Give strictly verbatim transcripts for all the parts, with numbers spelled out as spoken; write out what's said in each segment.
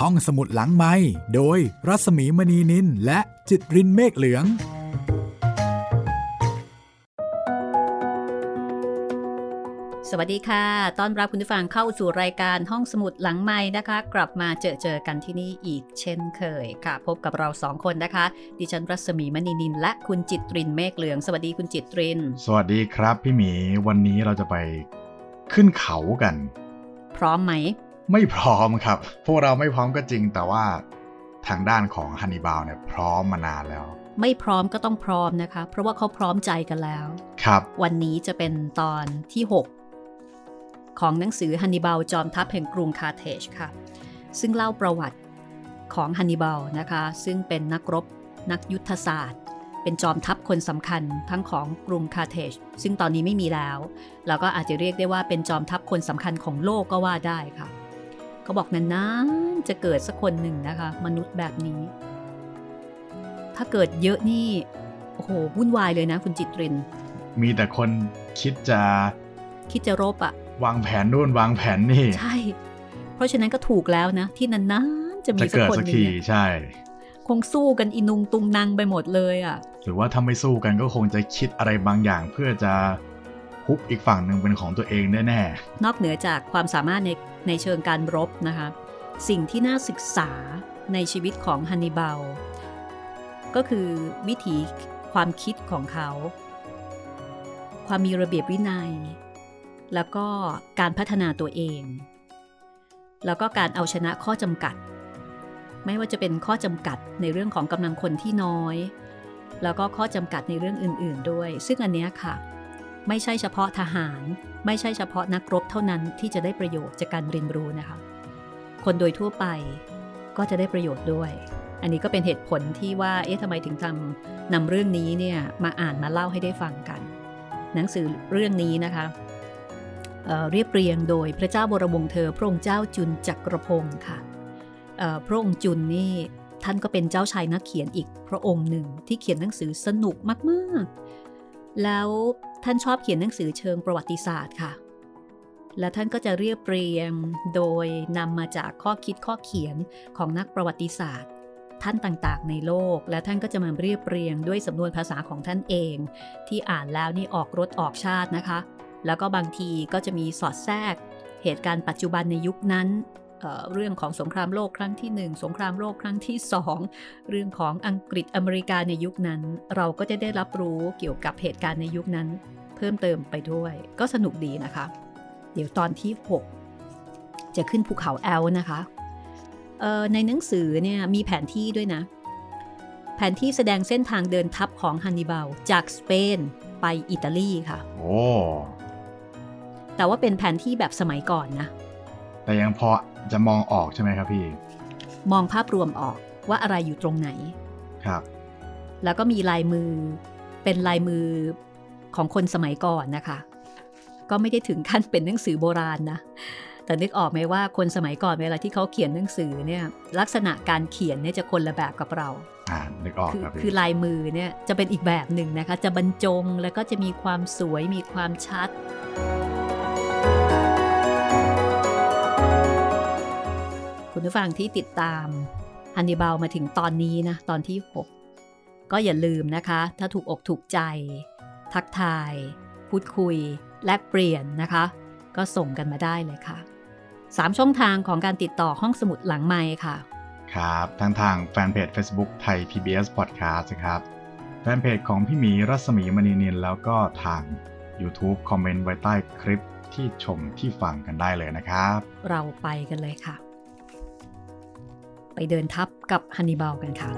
ห้องสมุดหลังไมค์โดยรัศมีมณีนินและจิตรินเมฆเหลืองสวัสดีค่ะต้อนรับคุณผู้ฟังเข้าสู่รายการห้องสมุดหลังไมค์นะคะกลับมาเจอเจอกันที่นี่อีกเช่นเคยค่ะพบกับเราสองคนนะคะดิฉันรัศมีมณีนินและคุณจิตรินเมฆเหลืองสวัสดีคุณจิตรินสวัสดีครับพี่หมีวันนี้เราจะไปขึ้นเขากันพร้อมไหมไม่พร้อมครับพวกเราไม่พร้อมก็จริงแต่ว่าทางด้านของฮันนิบาลเนี่ยพร้อมมานานแล้วไม่พร้อมก็ต้องพร้อมนะคะเพราะว่าเขาพร้อมใจกันแล้วครับวันนี้จะเป็นตอนที่หกของหนังสือฮันนิบาลจอมทัพแห่งกรุงคาร์เทจค่ะซึ่งเล่าประวัติของฮันนิบาลนะคะซึ่งเป็นนักรบนักยุทธศาสตร์เป็นจอมทัพคนสำคัญทั้งของกรุงคาร์เทจซึ่งตอนนี้ไม่มีแล้วแล้วก็อาจจะเรียกได้ว่าเป็นจอมทัพคนสำคัญของโลกก็ว่าได้ค่ะเขาบอกนานๆจะเกิดสักคนหนึ่งนะคะมนุษย์แบบนี้ถ้าเกิดเยอะนี่โอ้โหวุ่นวายเลยนะคุณจิตรินมีแต่คนคิดจะคิดจะรบอะวางแผนนู่นวางแผนนี่ใช่เพราะฉะนั้นก็ถูกแล้วนะที่นานๆจะมีสักคนนึงใช่คงสู้กันอินุงตุงนางไปหมดเลยอ่ะหรือว่าถ้าไม่สู้กันก็คงจะคิดอะไรบางอย่างเพื่อจะฮุบอีกฝั่งหนึ่งเป็นของตัวเองแน่ๆนอกเหนือจากความสามารถในในเชิงการรบนะคะสิ่งที่น่าศึกษาในชีวิตของฮันนิบาลก็คือวิถีความคิดของเขาความมีระเบียบวินัยแล้วก็การพัฒนาตัวเองแล้วก็การเอาชนะข้อจำกัดไม่ว่าจะเป็นข้อจำกัดในเรื่องของกำลังคนที่น้อยแล้วก็ข้อจำกัดในเรื่องอื่นๆด้วยซึ่งอันเนี้ยค่ะไม่ใช่เฉพาะทหารไม่ใช่เฉพาะนักรบเท่านั้นที่จะได้ประโยชน์จากการเรียนรู้นะคะคนโดยทั่วไปก็จะได้ประโยชน์ด้วยอันนี้ก็เป็นเหตุผลที่ว่าเอ๊ะทำไมถึงทำนำเรื่องนี้เนี่ยมาอ่านมาเล่าให้ได้ฟังกันหนังสือเรื่องนี้นะคะเอ่อเรียบเรียงโดยพระเจ้าบรมวงศ์เธอพระองค์เจ้าจุนจักรพงศ์ค่ะพระองค์จุนนี่ท่านก็เป็นเจ้าชายนักเขียนอีกพระองค์หนึ่งที่เขียนหนังสือสนุกมากๆแล้วท่านชอบเขียนหนังสือเชิงประวัติศาสตร์ค่ะและท่านก็จะเรียบเรียงโดยนำมาจากข้อคิดข้อเขียนของนักประวัติศาสตร์ท่านต่างๆในโลกและท่านก็จะมาเรียบเรียงด้วยสำนวนภาษาของท่านเองที่อ่านแล้วนี่ออกรสออกชาตินะคะแล้วก็บางทีก็จะมีสอดแทรกเหตุการณ์ปัจจุบันในยุคนั้น เอ่อ เรื่องของสงครามโลกครั้งที่หนึ่งสงครามโลกครั้งที่สองเรื่องของอังกฤษอเมริกาในยุคนั้นเราก็จะได้รับรู้เกี่ยวกับเหตุการณ์ในยุคนั้นเพิ่มเติมไปด้วยก็สนุกดีนะคะเดี๋ยวตอนที่หกจะขึ้นภูเขาแอลนะคะเอ่อในหนังสือเนี่ยมีแผนที่ด้วยนะแผนที่แสดงเส้นทางเดินทัพของฮันนิบาลจากสเปนไปอิตาลีค่ะโอ้แต่ว่าเป็นแผนที่แบบสมัยก่อนนะแต่ยังพอจะมองออกใช่ไหมครับพี่มองภาพรวมออกว่าอะไรอยู่ตรงไหนครับแล้วก็มีลายมือเป็นลายมือของคนสมัยก่อนนะคะก็ไม่ได้ถึงขั้นเป็นหนังสือโบราณนะแต่นึกออกไหมว่าคนสมัยก่อนเวลาที่เขาเขียนหนังสือเนี่ยลักษณะการเขียนเนี่ยจะคนละแบบกับเราอ่านึกออกครับคือลายมือเนี่ยจะเป็นอีกแบบหนึ่งนะคะจะบรรจงแล้วก็จะมีความสวยมีความชัดคุณผู้ฟังที่ติดตามฮันนิบาลมาถึงตอนนี้นะตอนที่หกก็อย่าลืมนะคะถ้าถูกอกถูกใจทักทายพูดคุยแลกเปลี่ยนนะคะก็ส่งกันมาได้เลยค่ะสามช่องทางของการติดต่อห้องสมุดหลังไมค์ค่ะครับทั้งทางแฟนเพจ Facebook ไทย พี บี เอส Podcast ครับแฟนเพจของพี่หมีรัศมีมณีนินแล้วก็ทาง YouTube คอมเมนต์ไว้ใต้คลิปที่ชมที่ฟังกันได้เลยนะครับเราไปกันเลยค่ะไปเดินทัพกับฮันนิบาลกันค่ะ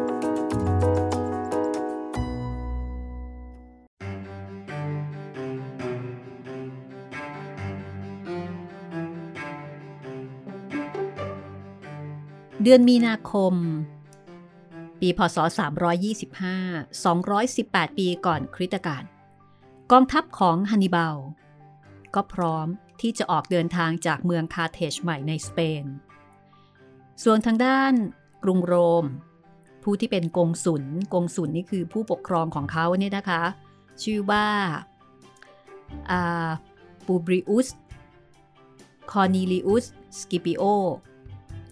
เดือนมีนาคมปีพ.ศ. สามร้อยยี่สิบห้า สองร้อยสิบแปดปีก่อนคริสตกาลกองทัพของฮันนิบาลก็พร้อมที่จะออกเดินทางจากเมืองคาร์เทจใหม่ในสเปนส่วนทางด้านกรุงโรมผู้ที่เป็นกงสุลกงสุลนี่คือผู้ปกครองของเขาเนี่ยนะคะชื่อว่าปูบริอุสคอร์นิลิอุสสกิปิโอ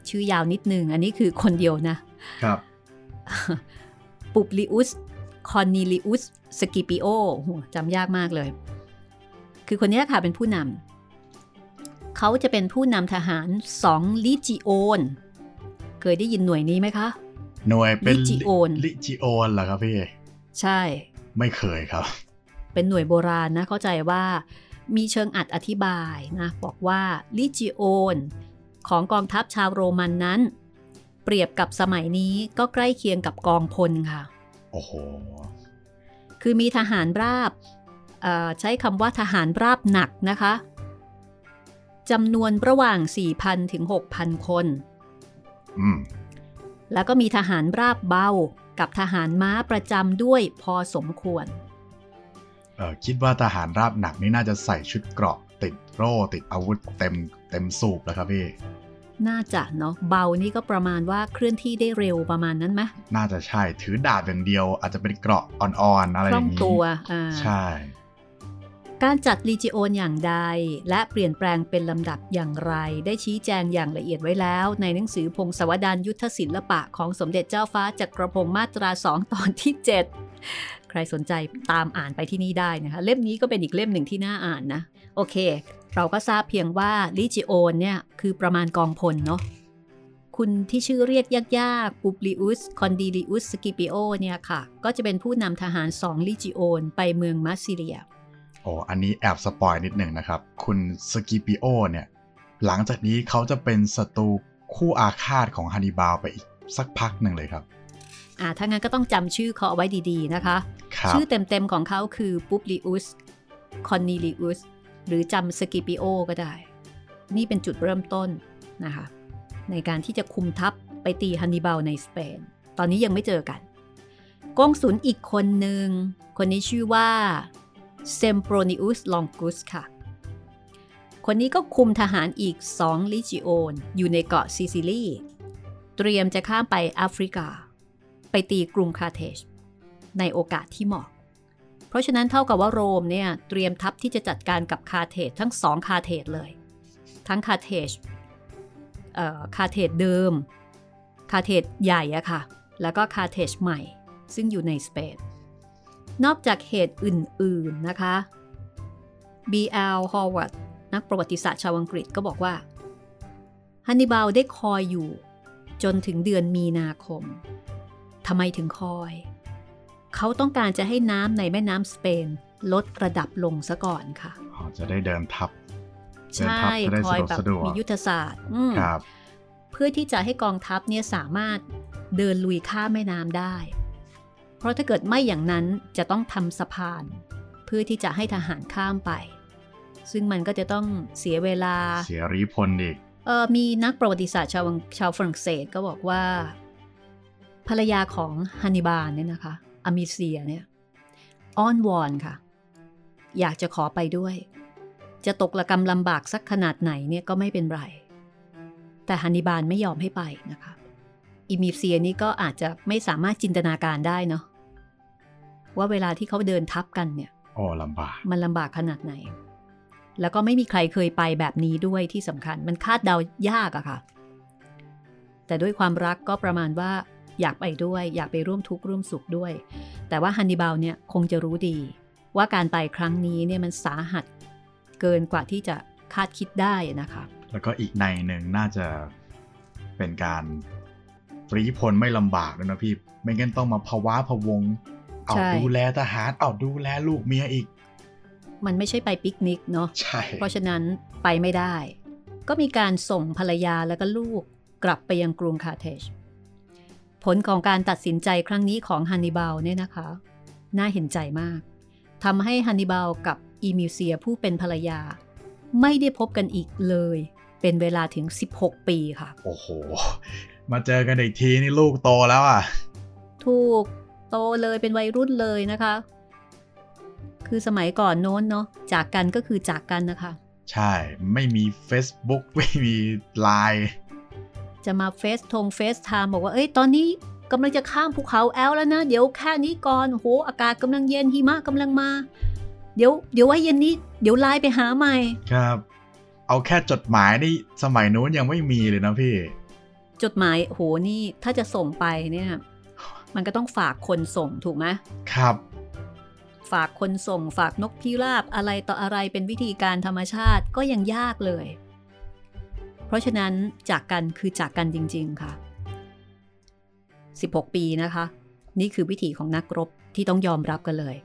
ชื่อยาวนิดนึงอันนี้คือคนเดียวนะครับ ปุบลิอุสคอนนิลิอุสสกิปิโอจำยากมากเลยคือคนนี้ค่ะเป็นผู้นำเขาจะเป็นผู้นำทหารสองลิจิโอนเคยได้ยินหน่วยนี้ไหมคะหน่วยเป็นลิจิโอนลิจิโอนเหรอครับพี่ใช่ไม่เคยครับเป็นหน่วยโบราณนะเข้าใจว่ามีเชิงอัดอธิบายนะบอกว่าลิจิโอนของกองทัพชาวโรมันนั้นเปรียบกับสมัยนี้ก็ใกล้เคียงกับกองพลค่ะโอ้โหคือมีทหารราบใช้คำว่าทหารราบหนักนะคะจำนวนระหว่าง สี่พัน ถึง หกพัน คนอืมแล้วก็มีทหารราบเบากับทหารม้าประจำด้วยพอสมควรเออคิดว่าทหารราบหนักนี่น่าจะใส่ชุดเกราะติดโล่ติดอาวุธเต็มเต็มสูบแล้วครับพี่น่าจะเนาะเบานี่ก็ประมาณว่าเคลื่อนที่ได้เร็วประมาณนั้นไหมน่าจะใช่ถือดาบอย่างเดียวอาจจะเป็นเกราะอ่อนๆอะไรอย่างนี้คล่องตัวใช่การจัดลีจิโอนอย่างใดและเปลี่ยนแปลงเป็นลำดับอย่างไรได้ชี้แจงอย่างละเอียดไว้แล้วในหนังสือพงศาวดารยุทธศิลปะของสมเด็จเจ้าฟ้าจักรพงศ์มาตราสองตอนที่เจ็ดใครสนใจตามอ่านไปที่นี่ได้นะคะเล่มนี้ก็เป็นอีกเล่มหนึ่งที่น่าอ่านนะโอเคเราก็ทราบเพียงว่าลีจิโอนเนี่ยคือประมาณกองพลเนาะคุณที่ชื่อเรียกยากๆปุบลิอุสคอนดิลิอุสสกิปิโอเนี่ยค่ะก็จะเป็นผู้นำทหารสองลีจิโอนไปเมืองมัสซิเลียโอ้อันนี้แอบสปอยนิดหนึ่งนะครับคุณสกิปิโอเนี่ยหลังจากนี้เขาจะเป็นศัตรูคู่อาฆาตของฮันนิบาลไปอีกสักพักหนึ่งเลยครับอ่าถ้างั้นก็ต้องจำชื่อเขาเอาไว้ดีๆนะคะชื่อเต็มๆของเขาคือปุบลิอุสคอนนิลิอุสหรือจำสกิปิโอก็ได้นี่เป็นจุดเริ่มต้นนะคะในการที่จะคุมทัพไปตีฮันนิบาลในสเปนตอนนี้ยังไม่เจอกันกองสุลอีกคนหนึ่งคนนี้ชื่อว่าเซมโปรนิอุสลองกุสค่ะคนนี้ก็คุมทหารอีกสองลิจิโอนอยู่ในเกาะซิซิลีเตรียมจะข้ามไปแอฟริกาไปตีกรุงคาร์เทจในโอกาสที่เหมาะเพราะฉะนั้นเท่ากับว่าโรมเนี่ยเตรียมทัพที่จะจัดการกับคาร์เทจทั้งสองคาร์เทจเลยทั้งคาร์เทจเอ่อคาร์เทจเดิมคาร์เทจใหญ่อะค่ะแล้วก็คาร์เทจใหม่ซึ่งอยู่ในสเปนนอกจากเหตุอื่นๆนะคะ บี แอล Howard นักประวัติศาสตร์ชาวอังกฤษก็บอกว่าฮันนิบาลได้คอยอยู่จนถึงเดือนมีนาคมทำไมถึงคอยเขาต้องการจะให้น้ำในแม่น้ำสเปนลดระดับลงซะก่อนค่ะอ๋อจะได้เดินทัพใช่คอยแบบมียุทธศาสตร์ครับเพื่อที่จะให้กองทัพเนี่ยสามารถเดินลุยข้ามแม่น้ำได้เพราะถ้าเกิดไม่อย่างนั้นจะต้องทำสะพานเพื่อที่จะให้ทหารข้ามไปซึ่งมันก็จะต้องเสียเวลาเสียรีพลอีกเออมีนักประวัติศาสตร์ชาวชาวฝรั่งเศสก็บอกว่าภรรยาของฮันนิบาลเนี่ยนะคะอมิเซียเนี่ยอ้อนวอนค่ะอยากจะขอไปด้วยจะตกระกำลำบากสักขนาดไหนเนี่ยก็ไม่เป็นไรแต่ฮันนิบาลไม่ยอมให้ไปนะคะอิมิเซียนี่ก็อาจจะไม่สามารถจินตนาการได้เนาะว่าเวลาที่เขาเดินทับกันเนี่ยโอ้ลำบากมันลำบากขนาดไหนแล้วก็ไม่มีใครเคยไปแบบนี้ด้วยที่สำคัญมันคาดเดายากอะค่ะแต่ด้วยความรักก็ประมาณว่าอยากไปด้วยอยากไปร่วมทุกข์ร่วมสุขด้วยแต่ว่าฮันนิบาลเนี่ยคงจะรู้ดีว่าการไปครั้งนี้เนี่ยมันสาหัสเกินกว่าที่จะคาดคิดได้นะคะแล้วก็อีกในหนึ่งน่าจะเป็นการปรีพลไม่ลำบากด้วยนะพี่ไม่งั้นต้องมาภาวะพะวงเอาดูแลทหารเอาดูแลลูกเมียอีกมันไม่ใช่ไปปิกนิกเนาะใช่เพราะฉะนั้นไปไม่ได้ก็มีการส่งภรรยาแล้วก็ลูกกลับไปยังกรุงคาร์เทจผลของการตัดสินใจครั้งนี้ของฮันนิบาลเนี่ยนะคะน่าเห็นใจมากทำให้ฮันนิบาลกับอีมิวเซียผู้เป็นภรรยาไม่ได้พบกันอีกเลยเป็นเวลาถึงสิบหกปีค่ะโอ้โหมาเจอกันอีกทีนี่ลูกโตแล้วอ่ะถูกโตเลยเป็นวัยรุ่นเลยนะคะคือสมัยก่อนโน้นเนาะจากกันก็คือจากกันนะคะใช่ไม่มี Facebook ไม่มี ไลน์จะมาเฟซทงเฟซไทม์บอกว่าเอ้ยตอนนี้กำลังจะข้ามภูเขาแอลแล้วนะเดี๋ยวแค่นี้ก่อนโหอากาศกำลังเย็นหิมะกำลังมาเดี๋ยวเดี๋ยวไว้เย็นนี้เดี๋ยวไลน์ไปหาใหม่ครับเอาแค่จดหมายนี่สมัยนู้นยังไม่มีเลยนะพี่จดหมายโหนี่ถ้าจะส่งไปเนี่ยมันก็ต้องฝากคนส่งถูกไหมครับฝากคนส่งฝากนกพิราบอะไรต่ออะไรเป็นวิธีการธรรมชาติก็ยังยากเลยเพราะฉะนั้นจากกันคือจากกันจริงๆค่ะสิบหกปีนะคะนี่คือวิถีของนักรบที่ต้องยอมรับกันเลย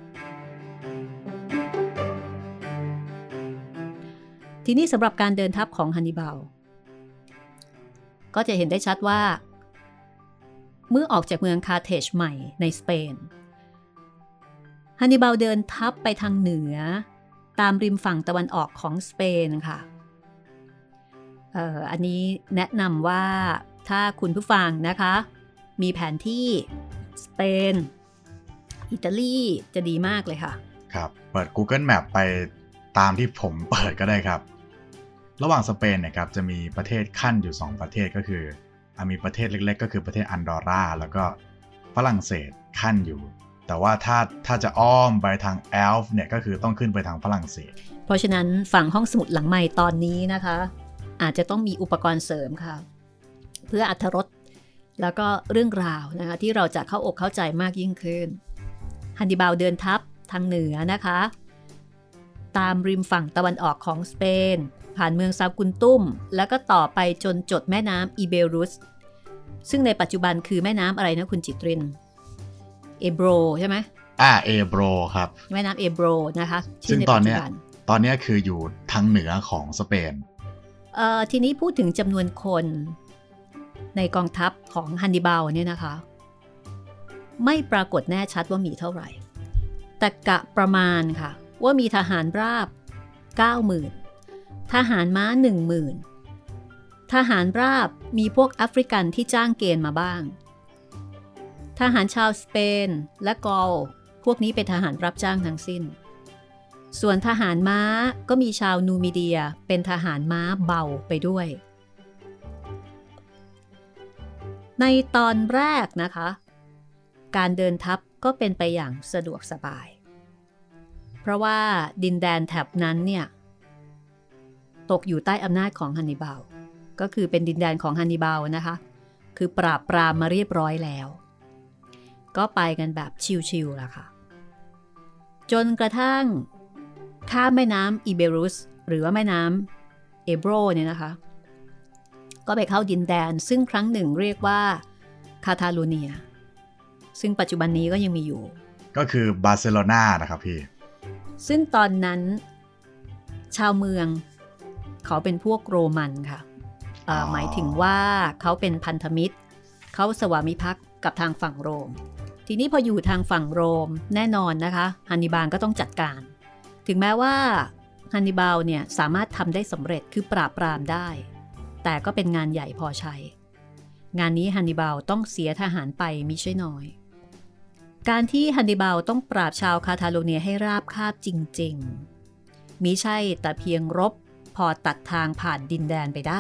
ทีนี้สำหรับการเดินทัพของฮันนิบาลก็จะเห็นได้ชัดว่าเมื่อออกจากเมืองคาร์เทจใหม่ในสเปนฮันนิบาลเดินทัพไปทางเหนือตามริมฝั่งตะวันออกของสเปนค่ะเอ่ออันนี้แนะนำว่าถ้าคุณผู้ฟังนะคะมีแผนที่สเปนอิตาลีจะดีมากเลยค่ะครับเปิด Google Map ไปตามที่ผมเปิดก็ได้ครับระหว่างสเปนเนี่ยครับจะมีประเทศขั้นอยู่สองประเทศก็คือมีประเทศเล็กๆก็คือประเทศอันดอร่าแล้วก็ฝรั่งเศสขั้นอยู่แต่ว่าถ้าถ้าจะอ้อมไปทางแอลฟ์เนี่ยก็คือต้องขึ้นไปทางฝรั่งเศสเพราะฉะนั้นฝั่งห้องสมุดหลังใหม่ตอนนี้นะคะอาจจะต้องมีอุปกรณ์เสริมค่ะเพื่ออรรถรสแล้วก็เรื่องราวนะคะที่เราจะเข้าอกเข้าใจมากยิ่งขึ้นฮันนิบาลเดินทัพทางเหนือนะคะตามริมฝั่งตะวันออกของสเปนผ่านเมืองซากุนตุ้มแล้วก็ต่อไปจนจดแม่น้ำอีเบรุสซึ่งในปัจจุบันคือแม่น้ำอะไรนะคุณจิตรินเอโบรใช่ไหมอ่าเอโบรครับแม่น้ำเอโบรนะคะซึ่งตอนนี้ตอนนี้คืออยู่ทางเหนือของสเปนเอ่อทีนี้พูดถึงจำนวนคนในกองทัพของฮันนิบาลเนี่ยนะคะไม่ปรากฏแน่ชัดว่ามีเท่าไหร่แต่กะประมาณค่ะว่ามีทหารราบ เก้าหมื่น ทหารม้า หนึ่งหมื่น ทหารราบมีพวกแอฟริกันที่จ้างเกณฑ์มาบ้างทหารชาวสเปนและกอลพวกนี้เป็นทหารรับจ้างทั้งสิ้นส่วนทหารม้าก็มีชาวนูมิเดียเป็นทหารม้าเบาไปด้วยในตอนแรกนะคะการเดินทัพก็เป็นไปอย่างสะดวกสบายเพราะว่าดินแดนแถบนั้นเนี่ยตกอยู่ใต้อำนาจของฮันนิบาลก็คือเป็นดินแดนของฮันนิบาลนะคะคือปราบปรามมาเรียบร้อยแล้วก็ไปกันแบบชิวๆล่ะค่ะจนกระทั่งข้ามแม่น้ำอีเบรุสหรือว่าแม่น้ำเอโบรเนี่ยนะคะก็ไปเข้าดินแดนซึ่งครั้งหนึ่งเรียกว่าคาทาลูเนียซึ่งปัจจุบันนี้ก็ยังมีอยู่ก็คือบาร์เซโลนานะครับพี่ซึ่งตอนนั้นชาวเมืองเขาเป็นพวกโรมันค่ะหมายถึงว่าเขาเป็นพันธมิตรเขาสวามิภักดิ์กับทางฝั่งโรมทีนี้พออยู่ทางฝั่งโรมแน่นอนนะคะฮันนิบาลก็ต้องจัดการถึงแม้ว่าฮันนิบาลเนี่ยสามารถทำได้สำเร็จคือปราบปรามได้แต่ก็เป็นงานใหญ่พอใช้งานนี้ฮันนิบาลต้องเสียทหารไปมิใช่น้อยการที่ฮันนิบาลต้องปราบชาวคาทาโลเนียให้ราบคาบจริงๆมิใช่แต่เพียงรบพอตัดทางผ่านดินแดนไปได้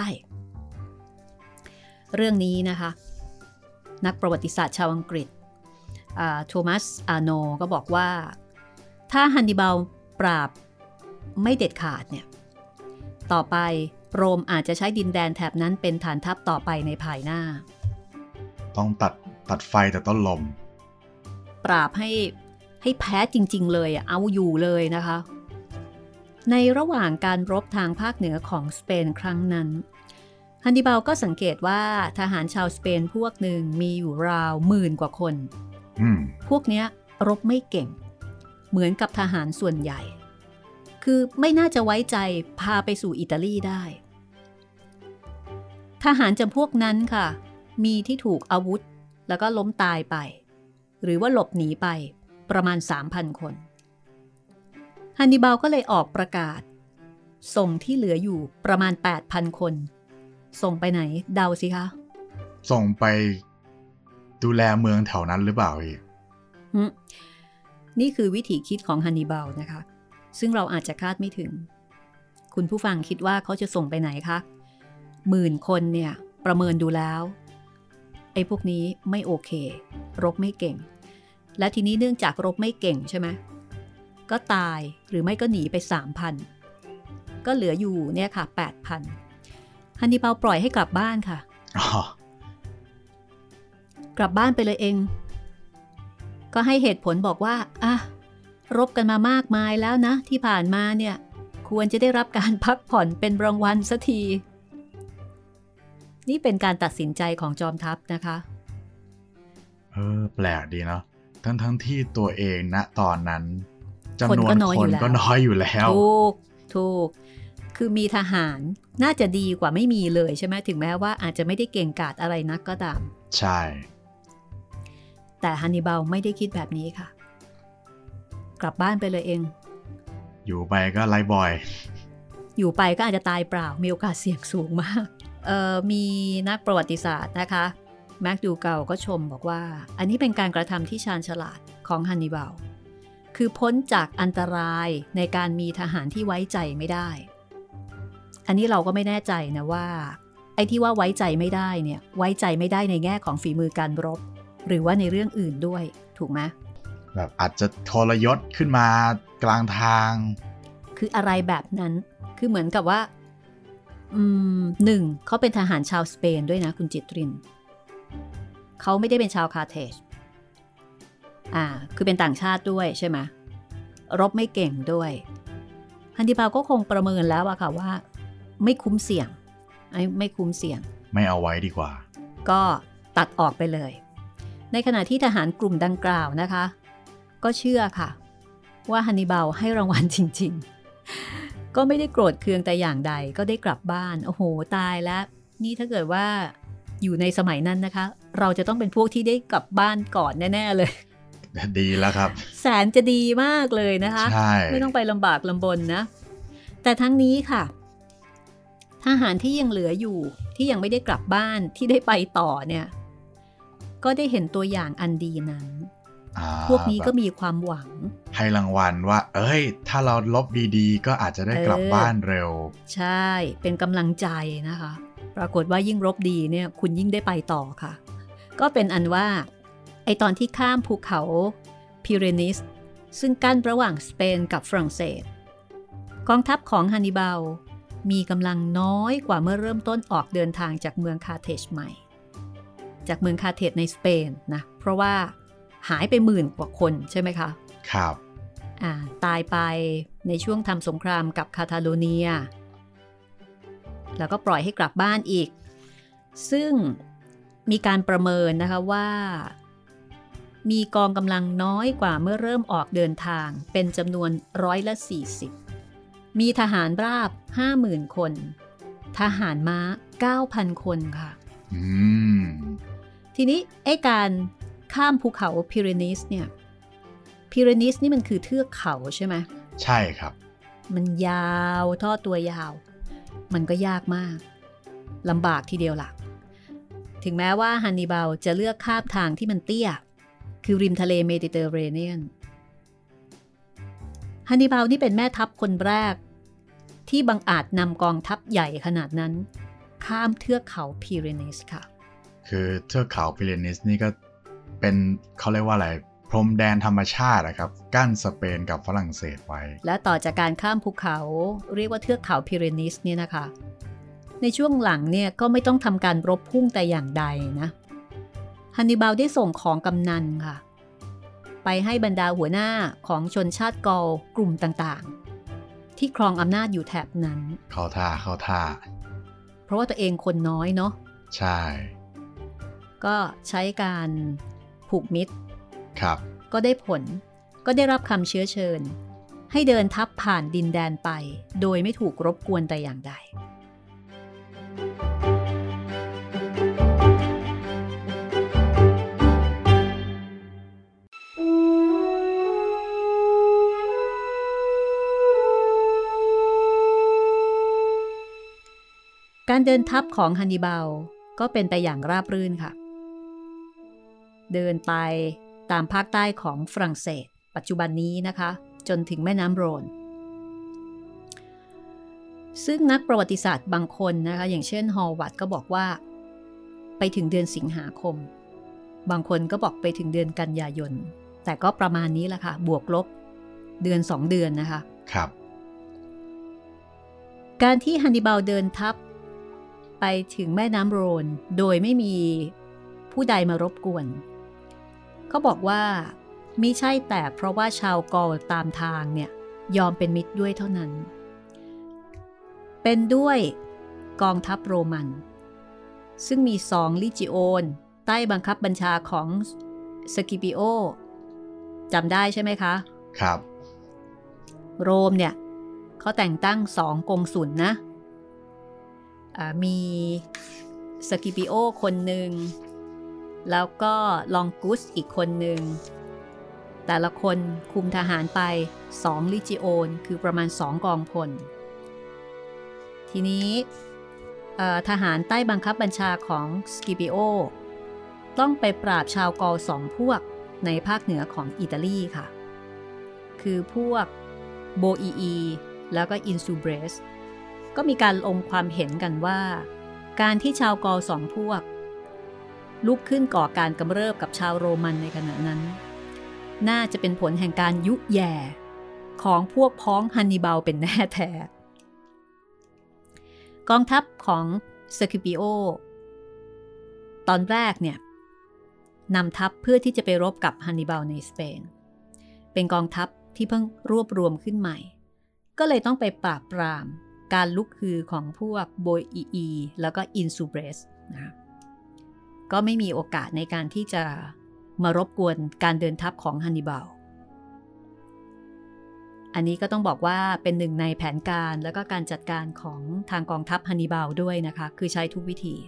เรื่องนี้นะคะนักประวัติศาสตร์ชาวอังกฤษโทมัสอาร์โนก็บอกว่าถ้าฮันนิบาลปราบไม่เด็ดขาดเนี่ยต่อไปโรมอาจจะใช้ดินแดนแถบนั้นเป็นฐานทัพต่อไปในภายหน้าต้องตัดตัดไฟแต่ต้นลมปราบให้ให้แพ้จริงๆเลยเอาอยู่เลยนะคะในระหว่างการรบทางภาคเหนือของสเปนครั้งนั้นฮันนิบาลก็สังเกตว่าทหารชาวสเปนพวกหนึ่งมีอยู่ราวหมื่นกว่าคนพวกเนี้ยรบไม่เก่งเหมือนกับทหารส่วนใหญ่คือไม่น่าจะไว้ใจพาไปสู่อิตาลีได้ทหารจำพวกนั้นค่ะมีที่ถูกอาวุธแล้วก็ล้มตายไปหรือว่าหลบหนีไปประมาณ สามพัน คนฮันนิบาลก็เลยออกประกาศส่งที่เหลืออยู่ประมาณ แปดพัน คนส่งไปไหนเดาสิคะส่งไปดูแลเมืองแถวนั้นหรือเปล่าอีกนี่คือวิธีคิดของฮันนิบาลนะคะซึ่งเราอาจจะคาดไม่ถึงคุณผู้ฟังคิดว่าเขาจะส่งไปไหนคะหมื่นคนเนี่ยประเมินดูแล้วไอ้พวกนี้ไม่โอเครบไม่เก่งและทีนี้เนื่องจากรบไม่เก่งใช่ไหมก็ตายหรือไม่ก็หนีไป สามพัน ก็เหลืออยู่เนี่ยค่ะ แปดพัน ฮันนิบาลปล่อยให้กลับบ้านค่ะกลับบ้านไปเลยเองก็ให้เหตุผลบอกว่าอ่ะรบกันมามากมายแล้วนะที่ผ่านมาเนี่ยควรจะได้รับการพักผ่อนเป็นรางวัลสักทีนี่เป็นการตัดสินใจของจอมทัพนะคะเออแปลกดีเนาะทั้งทั้งที่ตัวเองณตอนนั้นจำนวนคนก็น้อยอยู่แล้วถูกถูกคือมีทหารน่าจะดีกว่าไม่มีเลยใช่ไหมถึงแม้ว่าอาจจะไม่ได้เก่งกาจอะไรนักก็ตามใช่แต่ฮันนิบาลไม่ได้คิดแบบนี้ค่ะกลับบ้านไปเลยเองอยู่ไปก็ไล่บ่อยอยู่ไปก็อาจจะตายเปล่ามีโอกาสเสี่ยงสูงมากเอ่อมีนักประวัติศาสตร์นะคะแม็กดูเกลก็ชมบอกว่าอันนี้เป็นการกระทำที่ชาญฉลาดของฮันนิบาลคือพ้นจากอันตรายในการมีทหารที่ไว้ใจไม่ได้อันนี้เราก็ไม่แน่ใจนะว่าไอ้ที่ว่าไว้ใจไม่ได้เนี่ยไว้ใจไม่ได้ในแง่ของฝีมือการรบหรือว่าในเรื่องอื่นด้วยถูกไหมแบบอาจจะทรยศขึ้นมากลางทางคืออะไรแบบนั้นคือเหมือนกับว่าอืมหนึ่งเขาเป็นทหารชาวสเปนด้วยนะคุณจิตรินเขาไม่ได้เป็นชาวคาร์เทจอ่าคือเป็นต่างชาติด้วยใช่ไหมรบไม่เก่งด้วยฮันนิบาลก็คงประเมินแล้วอะค่ะว่าไม่คุ้มเสี่ยงไม่คุ้มเสี่ยงไม่เอาไว้ดีกว่าก็ตัดออกไปเลยในขณะที่ทหารกลุ่มดังกล่าวนะคะก็เชื่อค่ะว่าฮันนิบาลให้รางวัลจริงๆก็ไม่ได้โกรธเคืองแต่อย่างใดก็ได้กลับบ้านโอ้โหตายแล้วนี่ถ้าเกิดว่าอยู่ในสมัยนั้นนะคะเราจะต้องเป็นพวกที่ได้กลับบ้านก่อนแน่ๆเลยดีแล้วครับแสนจะดีมากเลยนะคะใช่ไม่ต้องไปลำบากลำบนนะแต่ทั้งนี้ค่ะทหารที่ยังเหลืออยู่ที่ยังไม่ได้กลับบ้านที่ได้ไปต่อเนี่ยก็ได้เห็นตัวอย่างอันดีนั้นพวกนี้ก็มีความหวังให้รางวัลว่าเอ้ยถ้าเราลบดีๆก็อาจจะได้กลับบ้านเร็วใช่เป็นกำลังใจนะคะปรากฏว่ายิ่งรบดีเนี่ยคุณยิ่งได้ไปต่อค่ะก็เป็นอันว่าไอตอนที่ข้ามภูเขาพิเรนีสซึ่งกั้นระหว่างสเปนกับฝรั่งเศสกองทัพของฮันนิบาลมีกำลังน้อยกว่าเมื่อเริ่มต้นออกเดินทางจากเมืองคาร์เทจใหม่จากเมืองคาร์เทจในสเปนนะเพราะว่าหายไปหมื่นกว่าคนใช่ไหมคะครับอ่าตายไปในช่วงทำสงครามกับคาตาโลเนียแล้วก็ปล่อยให้กลับบ้านอีกซึ่งมีการประเมินนะคะว่ามีกองกำลังน้อยกว่าเมื่อเริ่มออกเดินทางเป็นจำนวนร้อยละสี่สิบมีทหารราบ ห้าหมื่น คนทหารม้า เก้าพัน คนค่ะอืมทีนี้ไอ้การข้ามภูเขาพิเรนีสเนี่ยพิเรนีสนี่มันคือเทือกเขาใช่ไหมใช่ครับมันยาวทอดตัวยาวมันก็ยากมากลำบากทีเดียวล่ะถึงแม้ว่าฮันนิบาลจะเลือกข้ามทางที่มันเตี้ยคือริมทะเลเมดิเตอร์เรเนียนฮันนิบาลนี่เป็นแม่ทัพคนแรกที่บังอาจนำกองทัพใหญ่ขนาดนั้นข้ามเทือกเขาพิเรนีสค่ะคือเทือกเขาพิเรนีสนี่ก็เป็นเขาเรียกว่าอะไรพรมแดนธรรมชาตินะครับกั้นสเปนกับฝรั่งเศสไว้และต่อจากการข้ามภูเขาเรียกว่าเทือกเขาพิเรนีสเนี่ยนะคะในช่วงหลังเนี่ยก็ไม่ต้องทำการรบพุ่งแต่อย่างใดนะฮันนิบาลได้ส่งของกำนันค่ะไปให้บรรดาหัวหน้าของชนชาติกอลกลุ่มต่างๆที่ครองอำนาจอยู่แถบนั้นเข้าท่าเข้าท่าเพราะว่าตัวเองคนน้อยเนาะใช่ก็ใช้การผูกมิตรครับก็ได้ผลก็ได้รับคำเชื้อเชิญให้เดินทัพผ่านดินแดนไปโดยไม่ถูกรบกวนแต่อย่างใดการเดินทัพของฮันนิบาลก็เป็นไปอย่างราบรื่นค่ะเดินไปตามภาคใต้ของฝรั่งเศสปัจจุบันนี้นะคะจนถึงแม่น้ำโรนซึ่งนักประวัติศาสตร์บางคนนะคะอย่างเช่นฮอลวัตก็บอกว่าไปถึงเดือนสิงหาคมบางคนก็บอกไปถึงเดือนกันยายนแต่ก็ประมาณนี้แหละค่ะบวกลบเดือนสองเดือนนะคะครับการที่ฮันนิบาลเดินทัพไปไปถึงแม่น้ำโรนโดยไม่มีผู้ใดมารบกวนเขาบอกว่ามิใช่แต่เพราะว่าชาวกอลตามทางเนี่ยยอมเป็นมิตรด้วยเท่านั้นเป็นด้วยกองทัพโรมันซึ่งมีสองลิจิโอนใต้บังคับบัญชาของสกิปิโอจำได้ใช่ไหมคะครับโรมเนี่ยเขาแต่งตั้งสองกงสุลนะมีสกิปิโอคนหนึ่งแล้วก็ลองกุสอีกคนหนึ่งแต่ละคนคุมทหารไปสองลิจิโอนคือประมาณสองกองพลทีนี้ทหารใต้บังคับบัญชาของสกิปิโอต้องไปปราบชาวกอลสองพวกในภาคเหนือของอิตาลีค่ะคือพวกโบอีอีแล้วก็อินซูเบรสก็มีการลงความเห็นกันว่าการที่ชาวกอลสองพวกลุกขึ้นก่อการกำเริบกับชาวโรมันในขณะนั้นน่าจะเป็นผลแห่งการยุแย่ของพวกพ้องฮันนิบาลเป็นแน่แท้กองทัพของสคิปิโอตอนแรกเนี่ยนำทัพเพื่อที่จะไปรบกับฮันนิบาลในสเปนเป็นกองทัพที่เพิ่งรวบรวมขึ้นใหม่ก็เลยต้องไปปราบปรามการลุกฮือของพวกโบอีอีแล้วก็อินซูเบรสนะก็ไม่มีโอกาสในการที่จะมารบกวนการเดินทัพของฮันนิบาลอันนี้ก็ต้องบอกว่าเป็นหนึ่งในแผนการและก็การจัดการของทางกองทัพฮันนิบาลด้วยนะคะคือใช้ทุกวิธี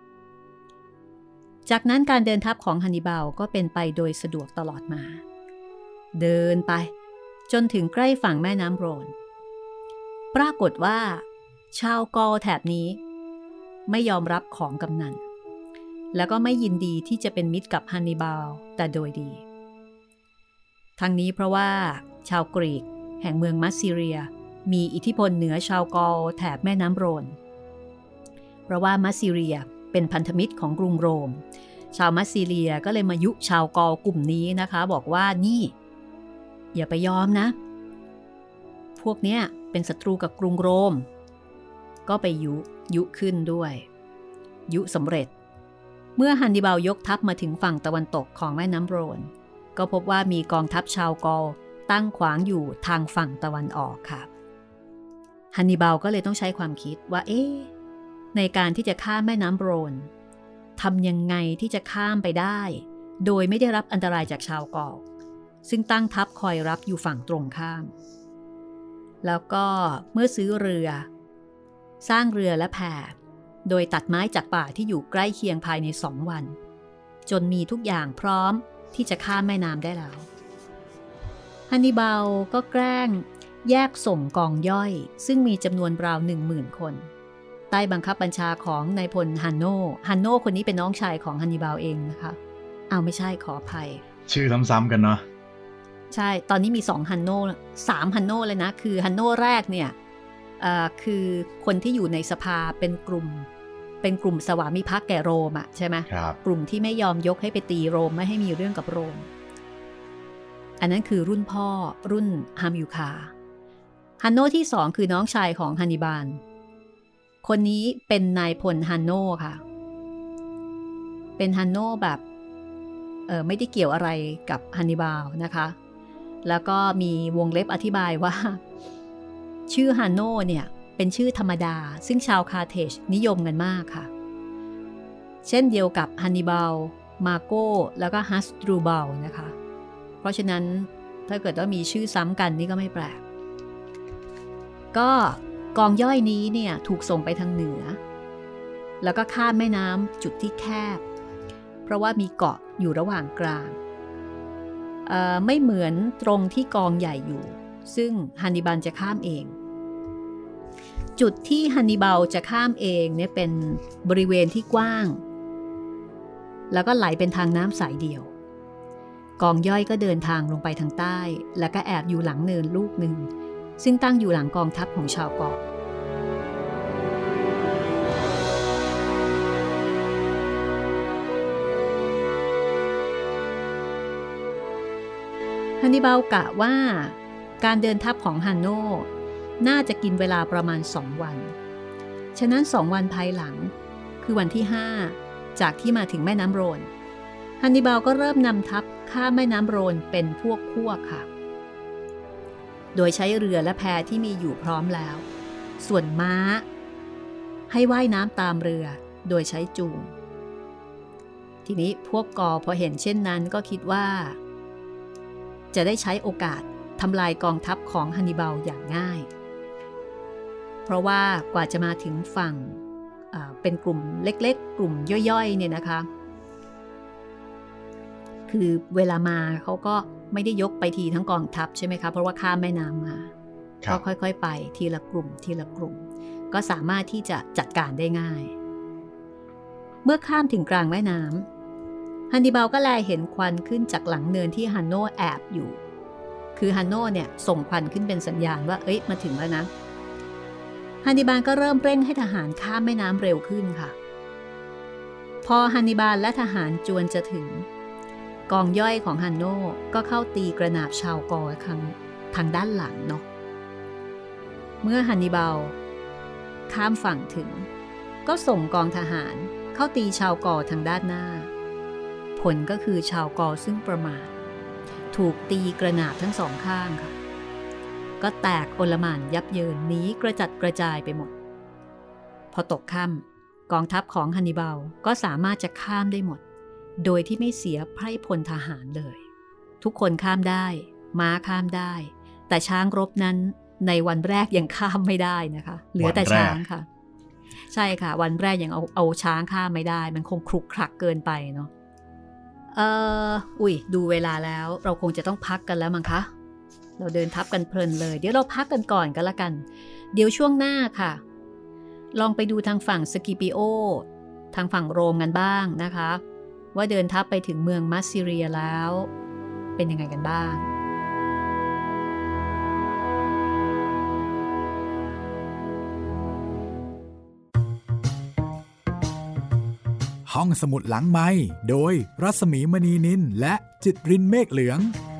จากนั้นการเดินทัพของฮันนิบาลก็เป็นไปโดยสะดวกตลอดมาเดินไปจนถึงใกล้ฝั่งแม่น้ำโรนปรากฏว่าชาวกอลแถบนี้ไม่ยอมรับของกำนันแล้วก็ไม่ยินดีที่จะเป็นมิตรกับฮันนิบาลแต่โดยดีทั้งนี้เพราะว่าชาวกรีกแห่งเมืองมัสซีเรียมีอิทธิพลเหนือชาวกอลแถบแม่น้ำโรนเพราะว่ามัสซีเรียเป็นพันธมิตรของกรุงโรมชาวมัสซีเรียก็เลยมายุชาวกอลกลุ่มนี้นะคะบอกว่านี่อย่าไปยอมนะพวกเนี้ยเป็นศัตรูกับกรุงโรมก็ไปยุยุขึ้นด้วยยุสำเร็จเมื่อฮันนิบาลยกทัพมาถึงฝั่งตะวันตกของแม่น้ำโรนก็พบว่ามีกองทัพชาวกอลตั้งขวางอยู่ทางฝั่งตะวันออกค่ะฮันนิบาลก็เลยต้องใช้ความคิดว่าเอ๊ะในการที่จะข้ามแม่น้ำโรนทำยังไงที่จะข้ามไปได้โดยไม่ได้รับอันตรายจากชาวกอลซึ่งตั้งทัพคอยรับอยู่ฝั่งตรงข้ามแล้วก็เมื่อซื้อเรือสร้างเรือและแพโดยตัดไม้จากป่าที่อยู่ใกล้เคียงภายในสองวันจนมีทุกอย่างพร้อมที่จะข้ามแม่น้ำได้แล้วฮันนิบาลก็แกล้งแยกส่งกองย่อยซึ่งมีจำนวนราวหนึ่งหมื่นคนใต้บังคับบัญชาของนายพลฮันโนฮันโนคนนี้เป็นน้องชายของฮันนิบาลเองนะคะเอาไม่ใช่ขออภัยชื่อซ้ำๆกันเนาะใช่ตอนนี้มีสองฮันโนสามฮันโนเลยนะคือฮันโนแรกเนี่ยคือคนที่อยู่ในสภาเป็นกลุ่มเป็นกลุ่มสวามิภักดิ์แก่โรมอ่ะใช่ไหมกลุ่มที่ไม่ยอมยกให้ไปตีโรมไม่ให้มีเรื่องกับโรมอันนั้นคือรุ่นพ่อรุ่นฮามิลคาฮันโนที่สองคือน้องชายของฮันนิบาลคนนี้เป็นนายพลฮันโนค่ะเป็นฮันโนแบบเออไม่ได้เกี่ยวอะไรกับฮันนิบาลนะคะแล้วก็มีวงเล็บอธิบายว่าชื่อฮันโนเนี่ยเป็นชื่อธรรมดาซึ่งชาวคาร์เทจนิยมกันมากค่ะเช่นเดียวกับฮันนิบาลมาโกแล้วก็ฮัสดรูบัลนะคะเพราะฉะนั้นถ้าเกิดว่ามีชื่อซ้ำกันนี่ก็ไม่แปลกก็กองย่อยนี้เนี่ยถูกส่งไปทางเหนือแล้วก็ข้ามแม่น้ำจุดที่แคบเพราะว่ามีเกาะอยู่ระหว่างกลางไม่เหมือนตรงที่กองใหญ่อยู่ซึ่งฮันนิบาลจะข้ามเองจุดที่ฮันนิบาลจะข้ามเองเนี่ยเป็นบริเวณที่กว้างแล้วก็ไหลเป็นทางน้ำสายเดียวกองย่อยก็เดินทางลงไปทางใต้แล้วก็แอบอยู่หลังเนินลูกหนึ่งซึ่งตั้งอยู่หลังกองทัพของชาวกอลฮันนิบาลกะว่าการเดินทัพของฮันโนน่าจะกินเวลาประมาณสองวันฉะนั้นสองวันภายหลังคือวันที่ห้าจากที่มาถึงแม่น้ำโรนฮันนิบาลก็เริ่มนำทัพข้ามแม่น้ำโรนเป็นพวกพวกค่ะโดยใช้เรือและแพที่มีอยู่พร้อมแล้วส่วนม้าให้ว่ายน้ำตามเรือโดยใช้จูงทีนี้พวกกอพอเห็นเช่นนั้นก็คิดว่าจะได้ใช้โอกาสทำลายกองทัพของฮันนิบาลอย่างง่ายเพราะว่ากว่าจะมาถึงฝั่งเป็นกลุ่มเล็กๆกลุ่มย่อยๆเนี่ยนะคะคือเวลามาเขาก็ไม่ได้ยกไปทีทั้งกองทัพใช่ไหมคะเพราะว่าข้ามแม่น้ำมาก็ค่อยๆไปทีละกลุ่มทีละกลุ่มก็สามารถที่จะจัดการได้ง่ายเมื่อข้ามถึงกลางแม่น้ำฮันนิบาลก็แลเห็นควันขึ้นจากหลังเนินที่ฮันโน่แอบอยู่คือฮันโน่เนี่ยส่งควันขึ้นเป็นสัญญาณว่าเอ้ยมาถึงแล้วนะฮันนิบาลก็เริ่มเร่งให้ทหารข้ามแม่น้ำเร็วขึ้นค่ะพอฮันนิบาลและทหารจวนจะถึงกองย่อยของฮันโน่ก็เข้าตีกระหนาบชาวกอทางทางด้านหลังเนาะเมื่อฮันนิบาลข้ามฝั่งถึงก็ส่งกองทหารเข้าตีชาวกอทางด้านหน้าผลก็คือชาวกอซึ่งประมาทถูกตีกระหนาบทั้งสองข้างค่ะก็แตกโอลหม่านยับเยินหนีกระจัดกระจายไปหมดพอตกค่ำกองทัพของฮันนิบาลก็สามารถจะข้ามได้หมดโดยที่ไม่เสียไพร่พลทหารเลยทุกคนข้ามได้ม้าข้ามได้แต่ช้างรบนั้นในวันแรกยังข้ามไม่ได้นะคะเหลือแต่ช้างค่ะใช่ค่ะวันแรกยังเอาเอาช้างข้ามไม่ได้มันคงครุกครักเกินไปเนาะเอ่ออุ้ยดูเวลาแล้วเราคงจะต้องพักกันแล้วมั้งคะเราเดินทับกันเพลินเลยเดี๋ยวเราพักกันก่อนกันละกันเดี๋ยวช่วงหน้าค่ะลองไปดูทางฝั่งสกิปิโอทางฝั่งโรมกันบ้างนะคะว่าเดินทับไปถึงเมืองมัสซิเรียแล้วเป็นยังไงกันบ้างห้องสมุดหลังไมค์โดยรัศมีมณีนินและจิตรินเมฆเหลือง